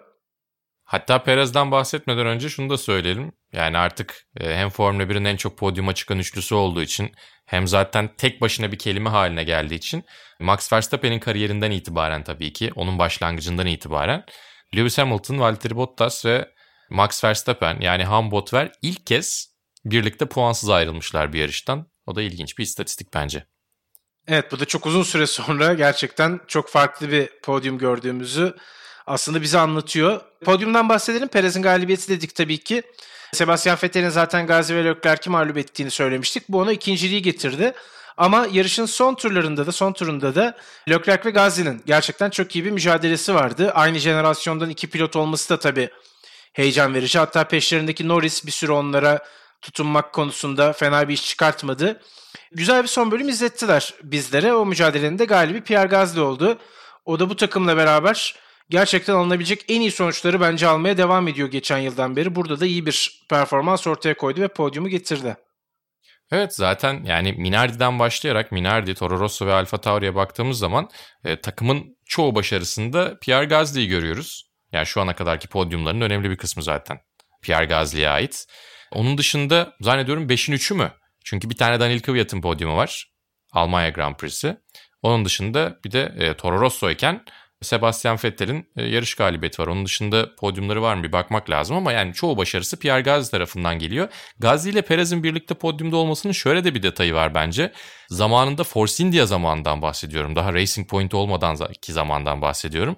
Speaker 3: Hatta Perez'den bahsetmeden önce şunu da söyleyelim. Yani artık hem Formula birin en çok podyuma çıkan üçlüsü olduğu için, hem zaten tek başına bir kelime haline geldiği için Max Verstappen'in kariyerinden itibaren, tabii ki onun başlangıcından itibaren Lewis Hamilton, Valtteri Bottas ve Max Verstappen, yani Ham-Botwer ilk kez birlikte puansız ayrılmışlar bir yarıştan. O da ilginç bir istatistik bence.
Speaker 2: Evet, bu da çok uzun süre sonra gerçekten çok farklı bir podyum gördüğümüzü aslında bize anlatıyor. Podyumdan bahsedelim. Perez'in galibiyeti dedik tabii ki. Sebastian Vettel'in zaten Gasly ve Leclerc'i mağlup ettiğini söylemiştik. Bu ona ikinciliği getirdi. Ama yarışın son turlarında da, son turunda da Leclerc ve Gasly'nin gerçekten çok iyi bir mücadelesi vardı. Aynı jenerasyondan iki pilot olması da tabii heyecan verici. Hatta peşlerindeki Norris bir süre onlara tutunmak konusunda fena bir iş çıkartmadı. Güzel bir son bölüm izlettiler bizlere. O mücadelenin de galibi Pierre Gasly oldu. O da bu takımla beraber gerçekten alınabilecek en iyi sonuçları bence almaya devam ediyor geçen yıldan beri. Burada da iyi bir performans ortaya koydu ve podyumu getirdi.
Speaker 3: Evet, zaten yani Minardi'den başlayarak Minardi, Toro Rosso ve AlphaTauri'ye baktığımız zaman e, takımın çoğu başarısında Pierre Gasly'yi görüyoruz. Yani şu ana kadarki podyumların önemli bir kısmı zaten Pierre Gasly'ye ait. Onun dışında zannediyorum beşin üçü mü? Çünkü bir tane Daniil Kvyat'ın podyumu var. Almanya Grand Prix'si. Onun dışında bir de e, Toro Rosso iken Sebastian Vettel'in e, yarış galibiyeti var. Onun dışında podyumları var mı bir bakmak lazım ama yani çoğu başarısı Pierre Gasly tarafından geliyor. Gasly ile Perez'in birlikte podyumda olmasının şöyle de bir detayı var bence. Zamanında Force India zamanından bahsediyorum. Daha Racing Point olmadan ki zamandan bahsediyorum.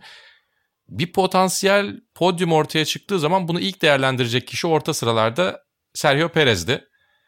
Speaker 3: Bir potansiyel podyum ortaya çıktığı zaman bunu ilk değerlendirecek kişi orta sıralarda Sergio Perez'di.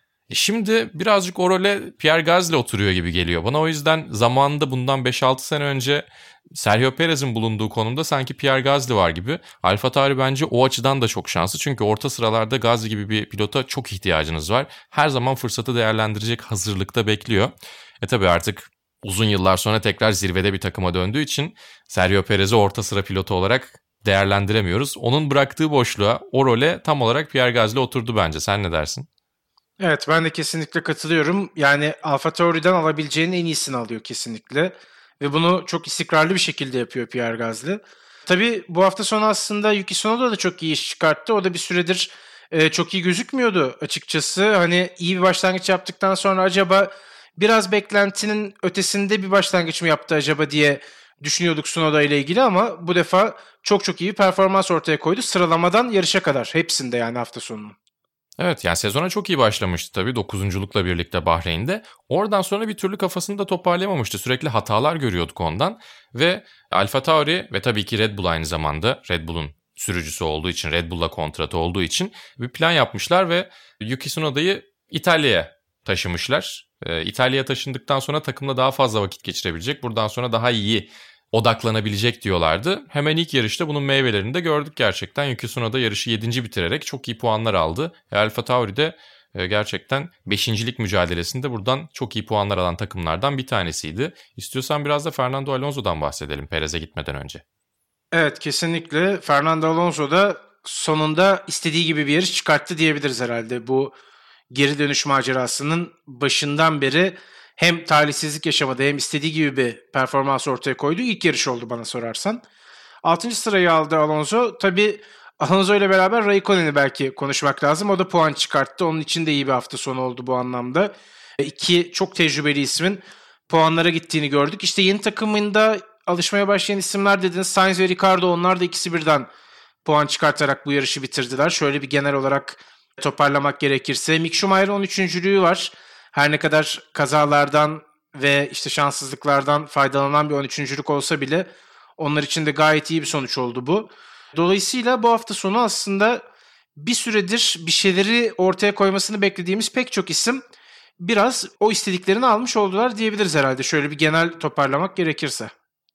Speaker 3: Şimdi birazcık o role Pierre Gasly oturuyor gibi geliyor bana. O yüzden zamanında bundan beş altı sene önce Sergio Perez'in bulunduğu konumda sanki Pierre Gasly var gibi. AlphaTauri bence o açıdan da çok şanslı. Çünkü orta sıralarda Gasly gibi bir pilota çok ihtiyacınız var. Her zaman fırsatı değerlendirecek hazırlıkta bekliyor. E tabii artık uzun yıllar sonra tekrar zirvede bir takıma döndüğü için Sergio Perez'i orta sıra pilotu olarak değerlendiremiyoruz. Onun bıraktığı boşluğa, o role tam olarak Pierre Gasly oturdu bence. Sen ne dersin?
Speaker 2: Evet, ben de kesinlikle katılıyorum. Yani AlphaTauri'den alabileceğinin en iyisini alıyor kesinlikle. Ve bunu çok istikrarlı bir şekilde yapıyor Pierre Gasly. Tabii bu hafta sonu aslında Yuki Tsunoda da çok iyi iş çıkarttı. O da bir süredir e, çok iyi gözükmüyordu açıkçası. Hani iyi bir başlangıç yaptıktan sonra acaba biraz beklentinin ötesinde bir başlangıç mı yaptı acaba diye düşünüyorduk Tsunoda ile ilgili ama bu defa çok çok iyi bir performans ortaya koydu. Sıralamadan yarışa kadar hepsinde yani hafta sonunun.
Speaker 3: Evet, yani sezona çok iyi başlamıştı tabii dokuzunculukla birlikte Bahreyn'de. Oradan sonra bir türlü kafasını da toparlayamamıştı. Sürekli hatalar görüyorduk ondan. Ve AlphaTauri ve tabii ki Red Bull aynı zamanda Red Bull'un sürücüsü olduğu için, Red Bull'la kontratı olduğu için bir plan yapmışlar ve Yuki Tsunoda'yı İtalya'ya taşımışlar. Ee, İtalya'ya taşındıktan sonra takımla daha fazla vakit geçirebilecek. Buradan sonra daha iyi odaklanabilecek diyorlardı. Hemen ilk yarışta bunun meyvelerini de gördük gerçekten. Yuki Tsunoda yarışı yedinci bitirerek çok iyi puanlar aldı. AlphaTauri de gerçekten beşincilik mücadelesinde buradan çok iyi puanlar alan takımlardan bir tanesiydi. İstiyorsan biraz da Fernando Alonso'dan bahsedelim Perez'e gitmeden önce.
Speaker 2: Evet, kesinlikle. Fernando Alonso da sonunda istediği gibi bir yarış çıkarttı diyebiliriz herhalde. Bu geri dönüş macerasının başından beri hem talihsizlik yaşamadı hem istediği gibi bir performans ortaya koydu. İlk yarış oldu bana sorarsan. altıncı sırayı aldı Alonso. Tabii Alonso ile beraber Raikkonen'i belki konuşmak lazım. O da puan çıkarttı. Onun için de iyi bir hafta sonu oldu bu anlamda. İki çok tecrübeli ismin puanlara gittiğini gördük. İşte yeni takımında alışmaya başlayan isimler dediniz. Sainz ve Ricciardo, onlar da ikisi birden puan çıkartarak bu yarışı bitirdiler. Şöyle bir genel olarak toparlamak gerekirse Mick Schumacher'ın on üçüncülüğü var. Her ne kadar kazalardan ve işte şanssızlıklardan faydalanan bir on üçüncülük olsa bile onlar için de gayet iyi bir sonuç oldu bu. Dolayısıyla bu hafta sonu aslında bir süredir bir şeyleri ortaya koymasını beklediğimiz pek çok isim biraz o istediklerini almış oldular diyebiliriz herhalde. Şöyle bir genel toparlamak gerekirse.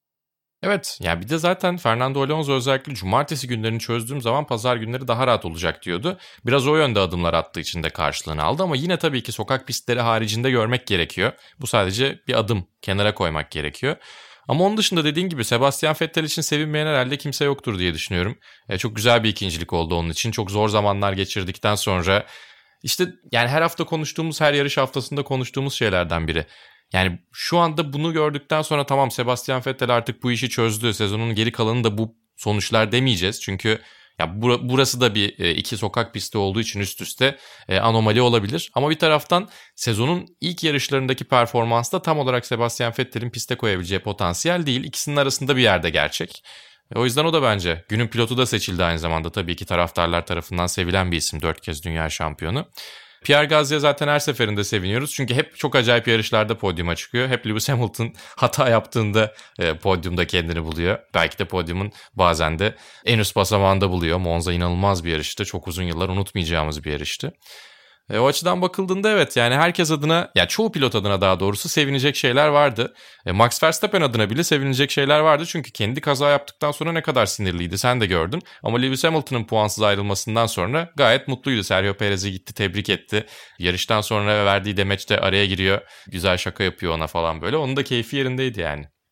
Speaker 3: Evet, yani bir de zaten Fernando Alonso özellikle cumartesi günlerini çözdüğüm zaman pazar günleri daha rahat olacak diyordu. Biraz o yönde adımlar attığı için de karşılığını aldı ama yine tabii ki sokak pistleri haricinde görmek gerekiyor. Bu sadece bir adım, kenara koymak gerekiyor. Ama onun dışında dediğin gibi Sebastian Vettel için sevinmeyen herhalde kimse yoktur diye düşünüyorum. E, çok güzel bir ikincilik oldu onun için. Çok zor zamanlar geçirdikten sonra işte yani her hafta konuştuğumuz, her yarış haftasında konuştuğumuz şeylerden biri. Yani şu anda bunu gördükten sonra tamam Sebastian Vettel artık bu işi çözdü. Sezonun geri kalanı da bu sonuçlar demeyeceğiz. Çünkü ya burası da bir iki sokak pisti olduğu için üst üste anomali olabilir. Ama bir taraftan sezonun ilk yarışlarındaki performans da tam olarak Sebastian Vettel'in piste koyabileceği potansiyel değil. İkisinin arasında bir yerde gerçek. O yüzden o da bence günün pilotu da seçildi aynı zamanda. Tabii ki taraftarlar tarafından sevilen bir isim. Dört kez dünya şampiyonu. Pierre Gasly'ye zaten her seferinde seviniyoruz. Çünkü hep çok acayip yarışlarda podyuma çıkıyor. Hep Lewis Hamilton hata yaptığında e, podyumda kendini buluyor. Belki de podyumun bazen de en üst basamağında buluyor. Monza inanılmaz bir yarıştı. Çok uzun yıllar unutmayacağımız bir yarıştı. E, o açıdan bakıldığında evet yani herkes adına, yani çoğu pilot adına daha doğrusu sevinecek şeyler vardı. E, Max Verstappen adına bile sevinecek şeyler vardı. Çünkü kendi kaza yaptıktan sonra ne kadar sinirliydi sen de gördün. Ama Lewis Hamilton'ın puansız ayrılmasından sonra gayet mutluydu. Sergio Perez'e gitti, tebrik etti. Yarıştan sonra verdiği demeçte araya giriyor. Güzel şaka yapıyor ona falan böyle. Onun da keyfi yerindeydi yani.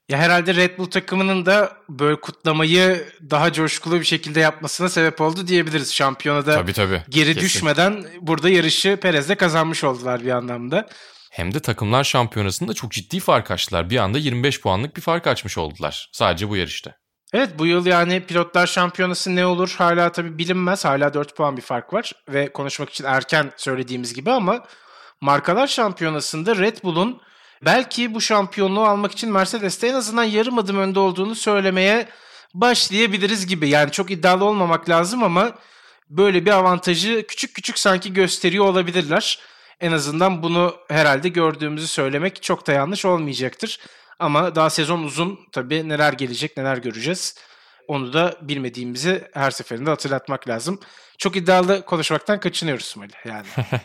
Speaker 2: Ya herhalde Red Bull takımının da böyle kutlamayı daha coşkulu bir şekilde yapmasına sebep oldu diyebiliriz. Şampiyonada
Speaker 3: tabii, tabii.
Speaker 2: geri
Speaker 3: Kesin.
Speaker 2: düşmeden burada yarışı Perez'le kazanmış oldular bir anlamda.
Speaker 3: Hem de takımlar şampiyonasında çok ciddi fark açtılar. Bir anda yirmi beş puanlık bir fark açmış oldular sadece bu yarışta.
Speaker 2: Evet, bu yıl yani pilotlar şampiyonası ne olur hala tabii bilinmez. Hala dört puan bir fark var ve konuşmak için erken söylediğimiz gibi, ama markalar şampiyonasında Red Bull'un belki bu şampiyonluğu almak için Mercedes'te en azından yarım adım önde olduğunu söylemeye başlayabiliriz gibi. Yani çok iddialı olmamak lazım ama böyle bir avantajı küçük küçük sanki gösteriyor olabilirler. En azından bunu herhalde gördüğümüzü söylemek çok da yanlış olmayacaktır. Ama daha sezon uzun, tabii neler gelecek, neler göreceğiz. Onu da bilmediğimizi her seferinde hatırlatmak lazım. Çok iddialı konuşmaktan kaçınıyoruz Mali yani.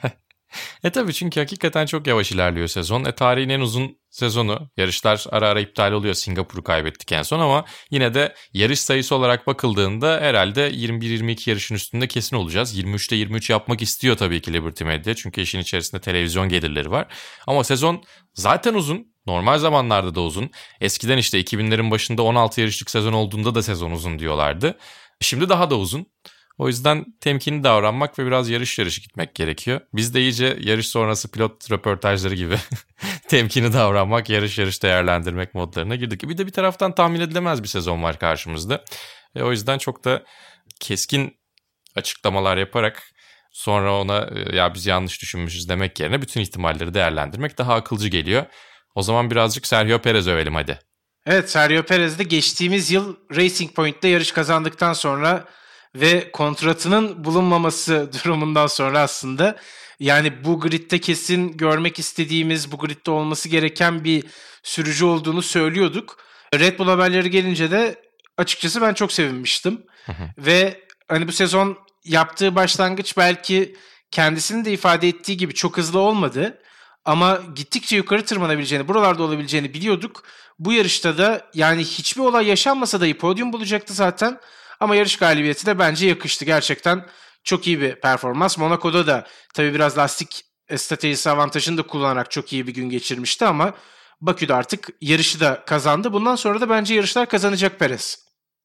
Speaker 3: E tabii, çünkü hakikaten çok yavaş ilerliyor sezon. E tarihin en uzun sezonu. Yarışlar ara ara iptal oluyor. Singapur'u kaybettik en son ama yine de yarış sayısı olarak bakıldığında herhalde yirmi bir yirmi iki yarışın üstünde kesin olacağız. yirmi üçte yirmi üç yapmak istiyor tabii ki Liberty Media. Çünkü işin içerisinde televizyon gelirleri var. Ama sezon zaten uzun. Normal zamanlarda da uzun. Eskiden işte iki binlerin başında on altı yarışlık sezon olduğunda da sezon uzun diyorlardı. Şimdi daha da uzun. O yüzden temkinli davranmak ve biraz yarış yarış gitmek gerekiyor. Biz de iyice yarış sonrası pilot röportajları gibi temkinli davranmak, yarış yarış değerlendirmek modlarına girdik. Bir de bir taraftan tahmin edilemez bir sezon var karşımızda. E, o yüzden çok da keskin açıklamalar yaparak sonra ona ya biz yanlış düşünmüşüz demek yerine bütün ihtimalleri değerlendirmek daha akılcı geliyor. O zaman birazcık Sergio Perez övelim hadi.
Speaker 2: Evet, Sergio Perez de geçtiğimiz yıl Racing Point'te yarış kazandıktan sonra ve kontratının bulunmaması durumundan sonra aslında yani bu gridde kesin görmek istediğimiz, bu gridde olması gereken bir sürücü olduğunu söylüyorduk. Red Bull haberleri gelince de açıkçası ben çok sevinmiştim. Hı hı. Ve hani bu sezon yaptığı başlangıç belki kendisinin de ifade ettiği gibi çok hızlı olmadı. Ama gittikçe yukarı tırmanabileceğini, buralarda olabileceğini biliyorduk. Bu yarışta da yani hiçbir olay yaşanmasa dahi podyum bulacaktı zaten. Ama yarış galibiyeti de bence yakıştı. Gerçekten çok iyi bir performans. Monaco'da da tabii biraz lastik stratejisi avantajını da kullanarak çok iyi bir gün geçirmişti ama Bakü'de artık yarışı da kazandı. Bundan sonra da bence yarışlar kazanacak Perez.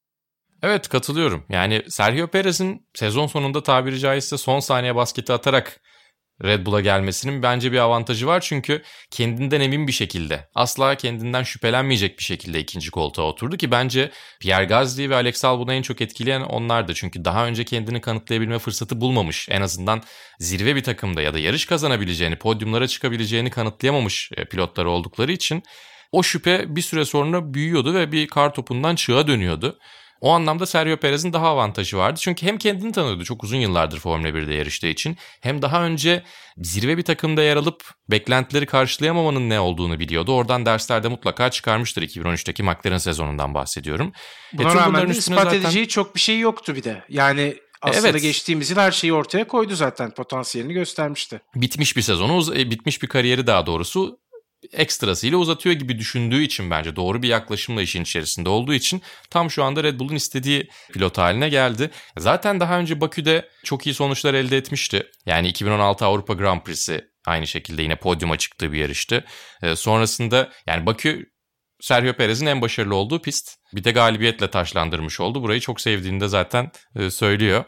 Speaker 3: Evet, katılıyorum. Yani Sergio Perez'in sezon sonunda tabiri caizse son saniye basketi atarak Red Bull'a gelmesinin bence bir avantajı var. Çünkü kendinden emin bir şekilde, asla kendinden şüphelenmeyecek bir şekilde ikinci koltuğa oturdu ki bence Pierre Gasly ve Alex Albon'u en çok etkileyen onlardı. Çünkü daha önce kendini kanıtlayabilme fırsatı bulmamış. En azından zirve bir takımda ya da yarış kazanabileceğini, podyumlara çıkabileceğini kanıtlayamamış pilotlar oldukları için o şüphe bir süre sonra büyüyordu ve bir kar topundan çığa dönüyordu. O anlamda Sergio Perez'in daha avantajı vardı. Çünkü hem kendini tanıyordu çok uzun yıllardır Formula birde yarıştığı için, hem daha önce zirve bir takımda yer alıp beklentileri karşılayamamanın ne olduğunu biliyordu. Oradan derslerde mutlaka çıkarmıştır. iki bin on üçteki McLaren sezonundan bahsediyorum.
Speaker 2: Buna e, rağmen de ispat zaten edeceği çok bir şey yoktu bir de. Yani aslında evet, geçtiğimiz yıl her şeyi ortaya koydu zaten. Potansiyelini göstermişti.
Speaker 3: Bitmiş bir sezonu, bitmiş bir kariyeri daha doğrusu ekstrasıyla uzatıyor gibi düşündüğü için, bence doğru bir yaklaşımla işin içerisinde olduğu için tam şu anda Red Bull'un istediği pilot haline geldi. Zaten daha önce Bakü'de çok iyi sonuçlar elde etmişti. Yani iki bin on altı Avrupa Grand Prix'si aynı şekilde yine podyuma çıktığı bir yarıştı. Ee, sonrasında yani Bakü Sergio Perez'in en başarılı olduğu pist. Bir de galibiyetle taşlandırmış oldu. Burayı çok sevdiğini de zaten e, söylüyor.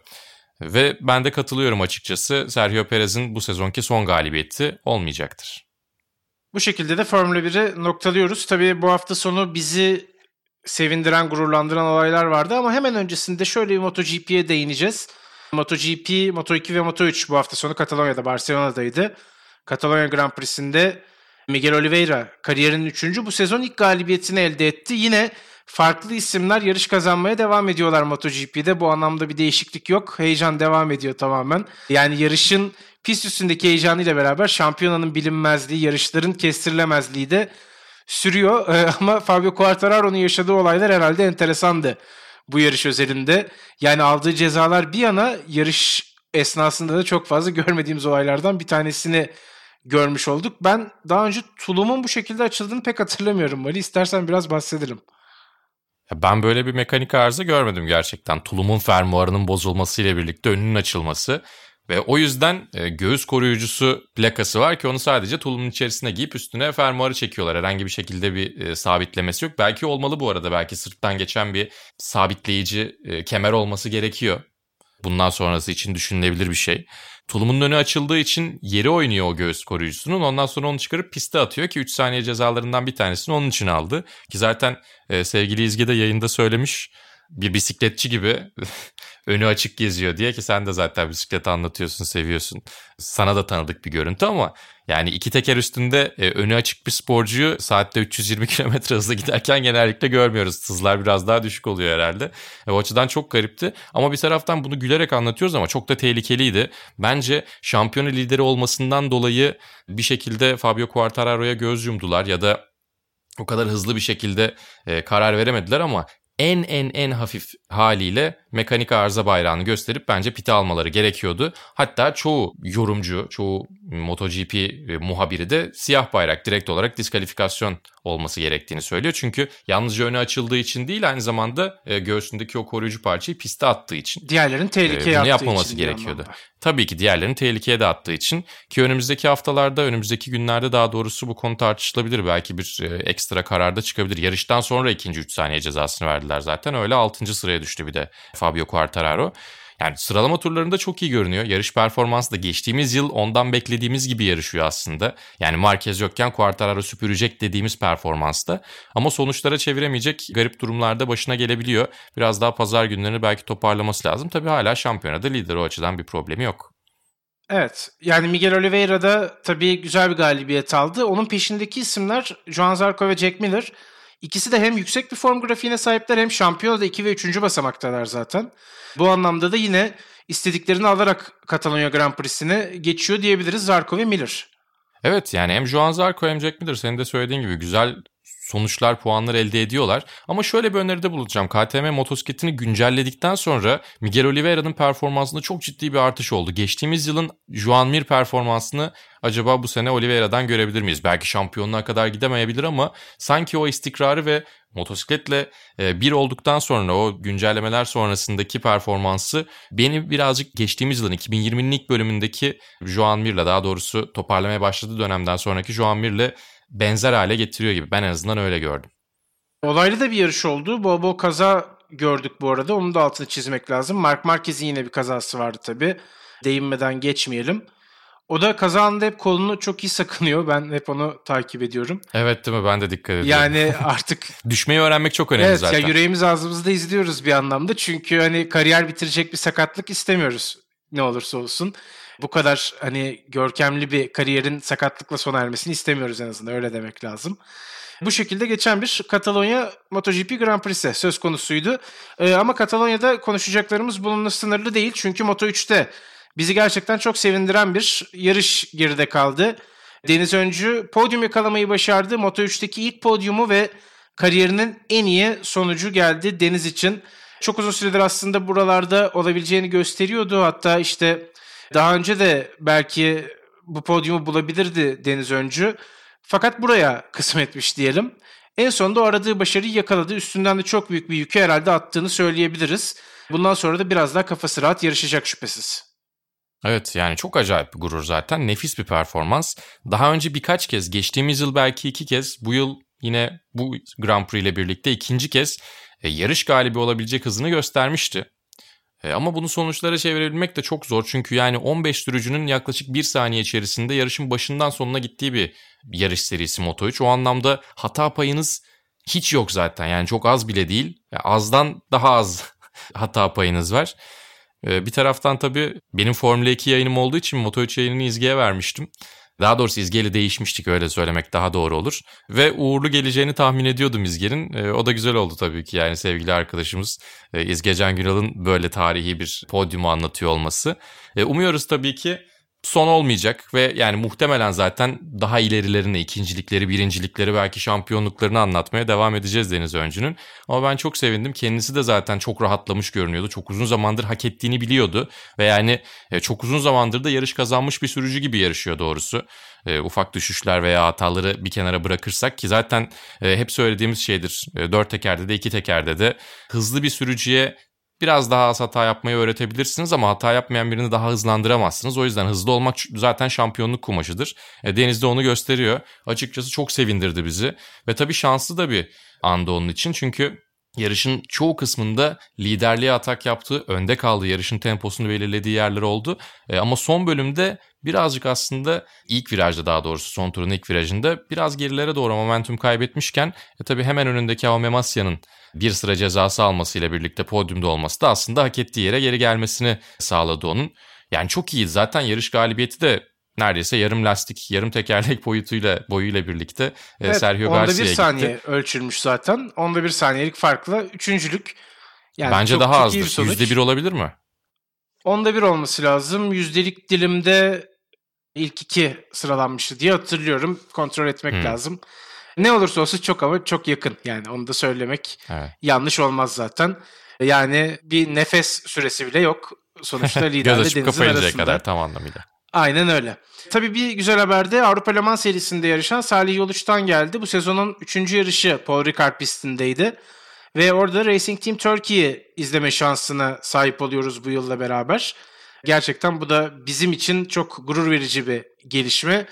Speaker 3: Ve ben de katılıyorum açıkçası. Sergio Perez'in bu sezonki son galibiyeti olmayacaktır.
Speaker 2: Bu şekilde de Formula biri noktalıyoruz. Tabii bu hafta sonu bizi sevindiren, gururlandıran olaylar vardı ama hemen öncesinde şöyle bir MotoGP'ye değineceğiz. MotoGP, Moto iki ve Moto üç bu hafta sonu Katalonya'da, Barcelona'daydı. Katalonya Grand Prix'sinde Miguel Oliveira kariyerinin üçüncü bu sezon ilk galibiyetini elde etti. Yine farklı isimler yarış kazanmaya devam ediyorlar MotoGP'de. Bu anlamda bir değişiklik yok. Heyecan devam ediyor tamamen. Yani yarışın pist üstündeki heyecanıyla beraber şampiyonanın bilinmezliği, yarışların kestirilemezliği de sürüyor. Ama Fabio Quartararo'nun yaşadığı olaylar herhalde enteresandı bu yarış özelinde. Yani aldığı cezalar bir yana, yarış esnasında da çok fazla görmediğimiz olaylardan bir tanesini görmüş olduk. Ben daha önce tulumun bu şekilde açıldığını pek hatırlamıyorum Mali. İstersen biraz bahsedelim.
Speaker 3: Ben böyle bir mekanik arıza görmedim gerçekten. Tulumun fermuarının bozulmasıyla birlikte önünün açılması Ve o yüzden e, göğüs koruyucusu plakası var ki onu sadece tulumun içerisine giyip üstüne fermuarı çekiyorlar. Herhangi bir şekilde bir e, sabitlemesi yok. Belki olmalı bu arada. Belki sırttan geçen bir sabitleyici e, kemer olması gerekiyor. Bundan sonrası için düşünülebilir bir şey. Tulumun önü açıldığı için yeri oynuyor o göğüs koruyucusunun. Ondan sonra onu çıkarıp piste atıyor ki üç saniye cezalarından bir tanesini onun için aldı. Ki zaten e, sevgili İzge de yayında söylemiş, bir bisikletçi gibi önü açık geziyor diye, ki sen de zaten bisiklet anlatıyorsun, seviyorsun. Sana da tanıdık bir görüntü ama yani iki teker üstünde e, önü açık bir sporcuyu saatte üç yüz yirmi kilometre hızla giderken genellikle görmüyoruz. Hızlar biraz daha düşük oluyor herhalde. E, o açıdan çok garipti ama bir taraftan bunu gülerek anlatıyoruz ama çok da tehlikeliydi. Bence şampiyonu lideri olmasından dolayı bir şekilde Fabio Quartararo'ya göz yumdular ya da o kadar hızlı bir şekilde e, karar veremediler ama en en en hafif haliyle mekanik arıza bayrağını gösterip bence piti almaları gerekiyordu. Hatta çoğu yorumcu, çoğu MotoGP muhabiri de siyah bayrak, direkt olarak diskalifikasyon olması gerektiğini söylüyor. Çünkü yalnızca önü açıldığı için değil, aynı zamanda e, göğsündeki o koruyucu parçayı piste attığı için.
Speaker 2: Diğerlerin tehlikeye
Speaker 3: e,
Speaker 2: attığı
Speaker 3: yapmaması
Speaker 2: için
Speaker 3: gerekiyordu. Tabii ki diğerlerini tehlikeye de attığı için, ki önümüzdeki haftalarda, önümüzdeki günlerde daha doğrusu bu konu tartışılabilir. Belki bir e, ekstra kararda çıkabilir. Yarıştan sonra ikinci üç saniye cezasını verdiler zaten. Öyle altıncı sıraya düştü bir de Fabio Quartararo. Yani sıralama turlarında çok iyi görünüyor. Yarış performansı da geçtiğimiz yıl ondan beklediğimiz gibi yarışıyor aslında. Yani Marquez yokken Quartararo süpürecek dediğimiz performansta. Ama sonuçlara çeviremeyecek garip durumlarda başına gelebiliyor. Biraz daha pazar günlerini belki toparlaması lazım. Tabii hala şampiyonada lider, o açıdan bir problemi yok.
Speaker 2: Evet, yani Miguel Oliveira da tabii güzel bir galibiyet aldı. Onun peşindeki isimler Johan Zarco ve Jack Miller. İkisi de hem yüksek bir form grafiğine sahipler hem şampiyonada iki ve üçüncü basamaktalar zaten. Bu anlamda da yine istediklerini alarak Katalonya Grand Prix'sini geçiyor diyebiliriz Zarco ve Miller.
Speaker 3: Evet, yani hem Johan Zarco hem Jack Miller senin de söylediğin gibi güzel sonuçlar, puanlar elde ediyorlar. Ama şöyle bir öneride bulunacağım. K T M motosikletini güncelledikten sonra Miguel Oliveira'nın performansında çok ciddi bir artış oldu. Geçtiğimiz yılın Joan Mir performansını acaba bu sene Oliveira'dan görebilir miyiz? Belki şampiyonluğa kadar gidemeyebilir ama sanki o istikrarı ve motosikletle bir olduktan sonra, o güncellemeler sonrasındaki performansı beni birazcık geçtiğimiz yılın iki bin yirminin ilk bölümündeki Joan Mir'le, daha doğrusu toparlamaya başladığı dönemden sonraki Joan Mir'le benzer hale getiriyor gibi. Ben en azından öyle gördüm.
Speaker 2: Olaylı da bir yarış oldu. Bol bol kaza gördük bu arada. Onun da altını çizmek lazım. Marc Marquez'in yine bir kazası vardı tabii. Değinmeden geçmeyelim. O da kaza anında hep kolunu çok iyi sakınıyor. Ben hep onu takip ediyorum.
Speaker 3: Evet, değil mi? Ben de dikkat ediyorum.
Speaker 2: Yani artık...
Speaker 3: Düşmeyi öğrenmek çok önemli
Speaker 2: evet,
Speaker 3: zaten.
Speaker 2: Evet, ya yüreğimiz ağzımızda izliyoruz bir anlamda. Çünkü hani kariyer bitirecek bir sakatlık istemiyoruz ne olursa olsun. Bu kadar hani görkemli bir kariyerin sakatlıkla sona ermesini istemiyoruz, en azından öyle demek lazım. Bu şekilde geçen bir Katalonya MotoGP Grand Prix'si söz konusuydu. Ee, ama Katalonya'da konuşacaklarımız bununla sınırlı değil. Çünkü Moto üçte bizi gerçekten çok sevindiren bir yarış geride kaldı. Deniz Öncü podyum yakalamayı başardı. Moto üçteki ilk podyumu ve kariyerinin en iyi sonucu geldi Deniz için. Çok uzun süredir aslında buralarda olabileceğini gösteriyordu. Hatta işte daha önce de belki bu podyumu bulabilirdi Deniz Öncü. Fakat buraya kısmetmiş diyelim. En sonunda o aradığı başarıyı yakaladı. Üstünden de çok büyük bir yükü herhalde attığını söyleyebiliriz. Bundan sonra da biraz daha kafası rahat yarışacak şüphesiz.
Speaker 3: Evet, yani çok acayip bir gurur zaten. Nefis bir performans. Daha önce birkaç kez, geçtiğimiz yıl belki iki kez, bu yıl yine bu Grand Prix ile birlikte ikinci kez e, yarış galibi olabilecek hızını göstermişti. E, ama bunu sonuçlara çevirebilmek de çok zor. Çünkü yani on beş sürücünün yaklaşık bir saniye içerisinde yarışın başından sonuna gittiği bir yarış serisi Moto üç. O anlamda hata payınız hiç yok zaten. Yani çok az bile değil. Yani azdan daha az hata payınız var. E, bir taraftan tabii benim Formula iki yayınım olduğu için Moto üç yayınını İzge'ye vermiştim. Daha doğrusu İzge'yle değişmiştik, öyle söylemek daha doğru olur. Ve uğurlu geleceğini tahmin ediyordum İzge'nin. E, o da güzel oldu tabii ki, yani sevgili arkadaşımız e, İzge Can Günal'ın böyle tarihi bir podyumu anlatıyor olması. E, umuyoruz tabii ki son olmayacak ve yani muhtemelen zaten daha ilerilerine, ikincilikleri, birincilikleri, belki şampiyonluklarını anlatmaya devam edeceğiz Deniz Öncü'nün. Ama ben çok sevindim. Kendisi de zaten çok rahatlamış görünüyordu. Çok uzun zamandır hak ettiğini biliyordu ve yani çok uzun zamandır da yarış kazanmış bir sürücü gibi yarışıyor doğrusu. E, ufak düşüşler veya hataları bir kenara bırakırsak, ki zaten e, hep söylediğimiz şeydir. E, dört tekerde de iki tekerde de hızlı bir sürücüye biraz daha az hata yapmayı öğretebilirsiniz ama hata yapmayan birini daha hızlandıramazsınız. O yüzden hızlı olmak zaten şampiyonluk kumaşıdır. E, Deniz de onu gösteriyor. Açıkçası çok sevindirdi bizi ve tabii şanslı da bir andı onun için çünkü yarışın çoğu kısmında liderliğe atak yaptığı, önde kaldığı, yarışın temposunu belirlediği yerler oldu. E, ama son bölümde birazcık aslında ilk virajda, daha doğrusu son turun ilk virajında biraz gerilere doğru momentum kaybetmişken e, tabii hemen önündeki Aumemasya'nın bir sıra cezası almasıyla birlikte podyumda olması da aslında hak ettiği yere geri gelmesini sağladı onun. Yani çok iyiydi. Zaten yarış galibiyeti de neredeyse yarım lastik, yarım tekerlek boyutuyla boyuyla birlikte evet, Sergio Garcia'ya gitti.
Speaker 2: Onda bir saniye ölçülmüş zaten. Onda bir saniyelik farkla üçüncülük.
Speaker 3: Yani bence çok, daha çok azdır. Yüzde bir olabilir mi?
Speaker 2: Onda bir olması lazım. Yüzdelik dilimde ilk iki sıralanmıştı diye hatırlıyorum. Kontrol etmek hmm. lazım. Ne olursa olsun çok ama çok yakın. Yani onu da söylemek evet. yanlış olmaz zaten. Yani bir nefes süresi bile yok. Sonuçta liderle Deniz'in arasında.
Speaker 3: Kadar tam anlamıyla.
Speaker 2: Aynen öyle. Tabii bir güzel haber de Avrupa Le Mans serisinde yarışan Salih Yoluç'tan geldi. Bu sezonun üçüncü yarışı Paul Ricard pistindeydi. Ve orada Racing Team Turkey'yi izleme şansına sahip oluyoruz bu yılla beraber. Gerçekten bu da bizim için çok gurur verici bir gelişme.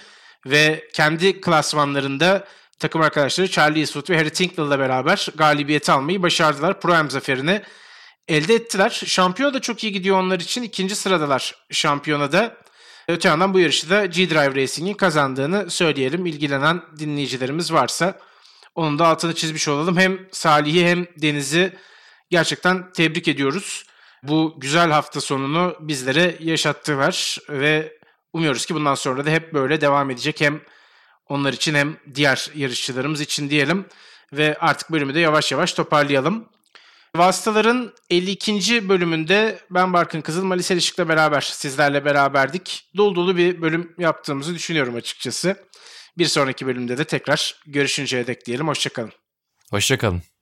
Speaker 2: Ve kendi klasmanlarında takım arkadaşları Charlie Eastwood ve Harry Tinkley'la beraber galibiyeti almayı başardılar. Pro-Am zaferini elde ettiler. Şampiyona da çok iyi gidiyor onlar için. İkinci sıradalar şampiyonada. Öte yandan bu yarışı da G-Drive Racing'in kazandığını söyleyelim. İlgilenen dinleyicilerimiz varsa onun da altını çizmiş olalım. Hem Salih'i hem Deniz'i gerçekten tebrik ediyoruz. Bu güzel hafta sonunu bizlere yaşattılar ve umuyoruz ki bundan sonra da hep böyle devam edecek. Hem onlar için hem diğer yarışçılarımız için diyelim ve artık bölümü de yavaş yavaş toparlayalım. Vasıtaların elli ikinci bölümünde ben Barkın Kızıl, Malisel Işık'la beraber sizlerle beraberdik. Dolu dolu bir bölüm yaptığımızı düşünüyorum açıkçası. Bir sonraki bölümde de tekrar görüşünceye dek diyelim. Hoşça kalın.
Speaker 3: Hoşça kalın.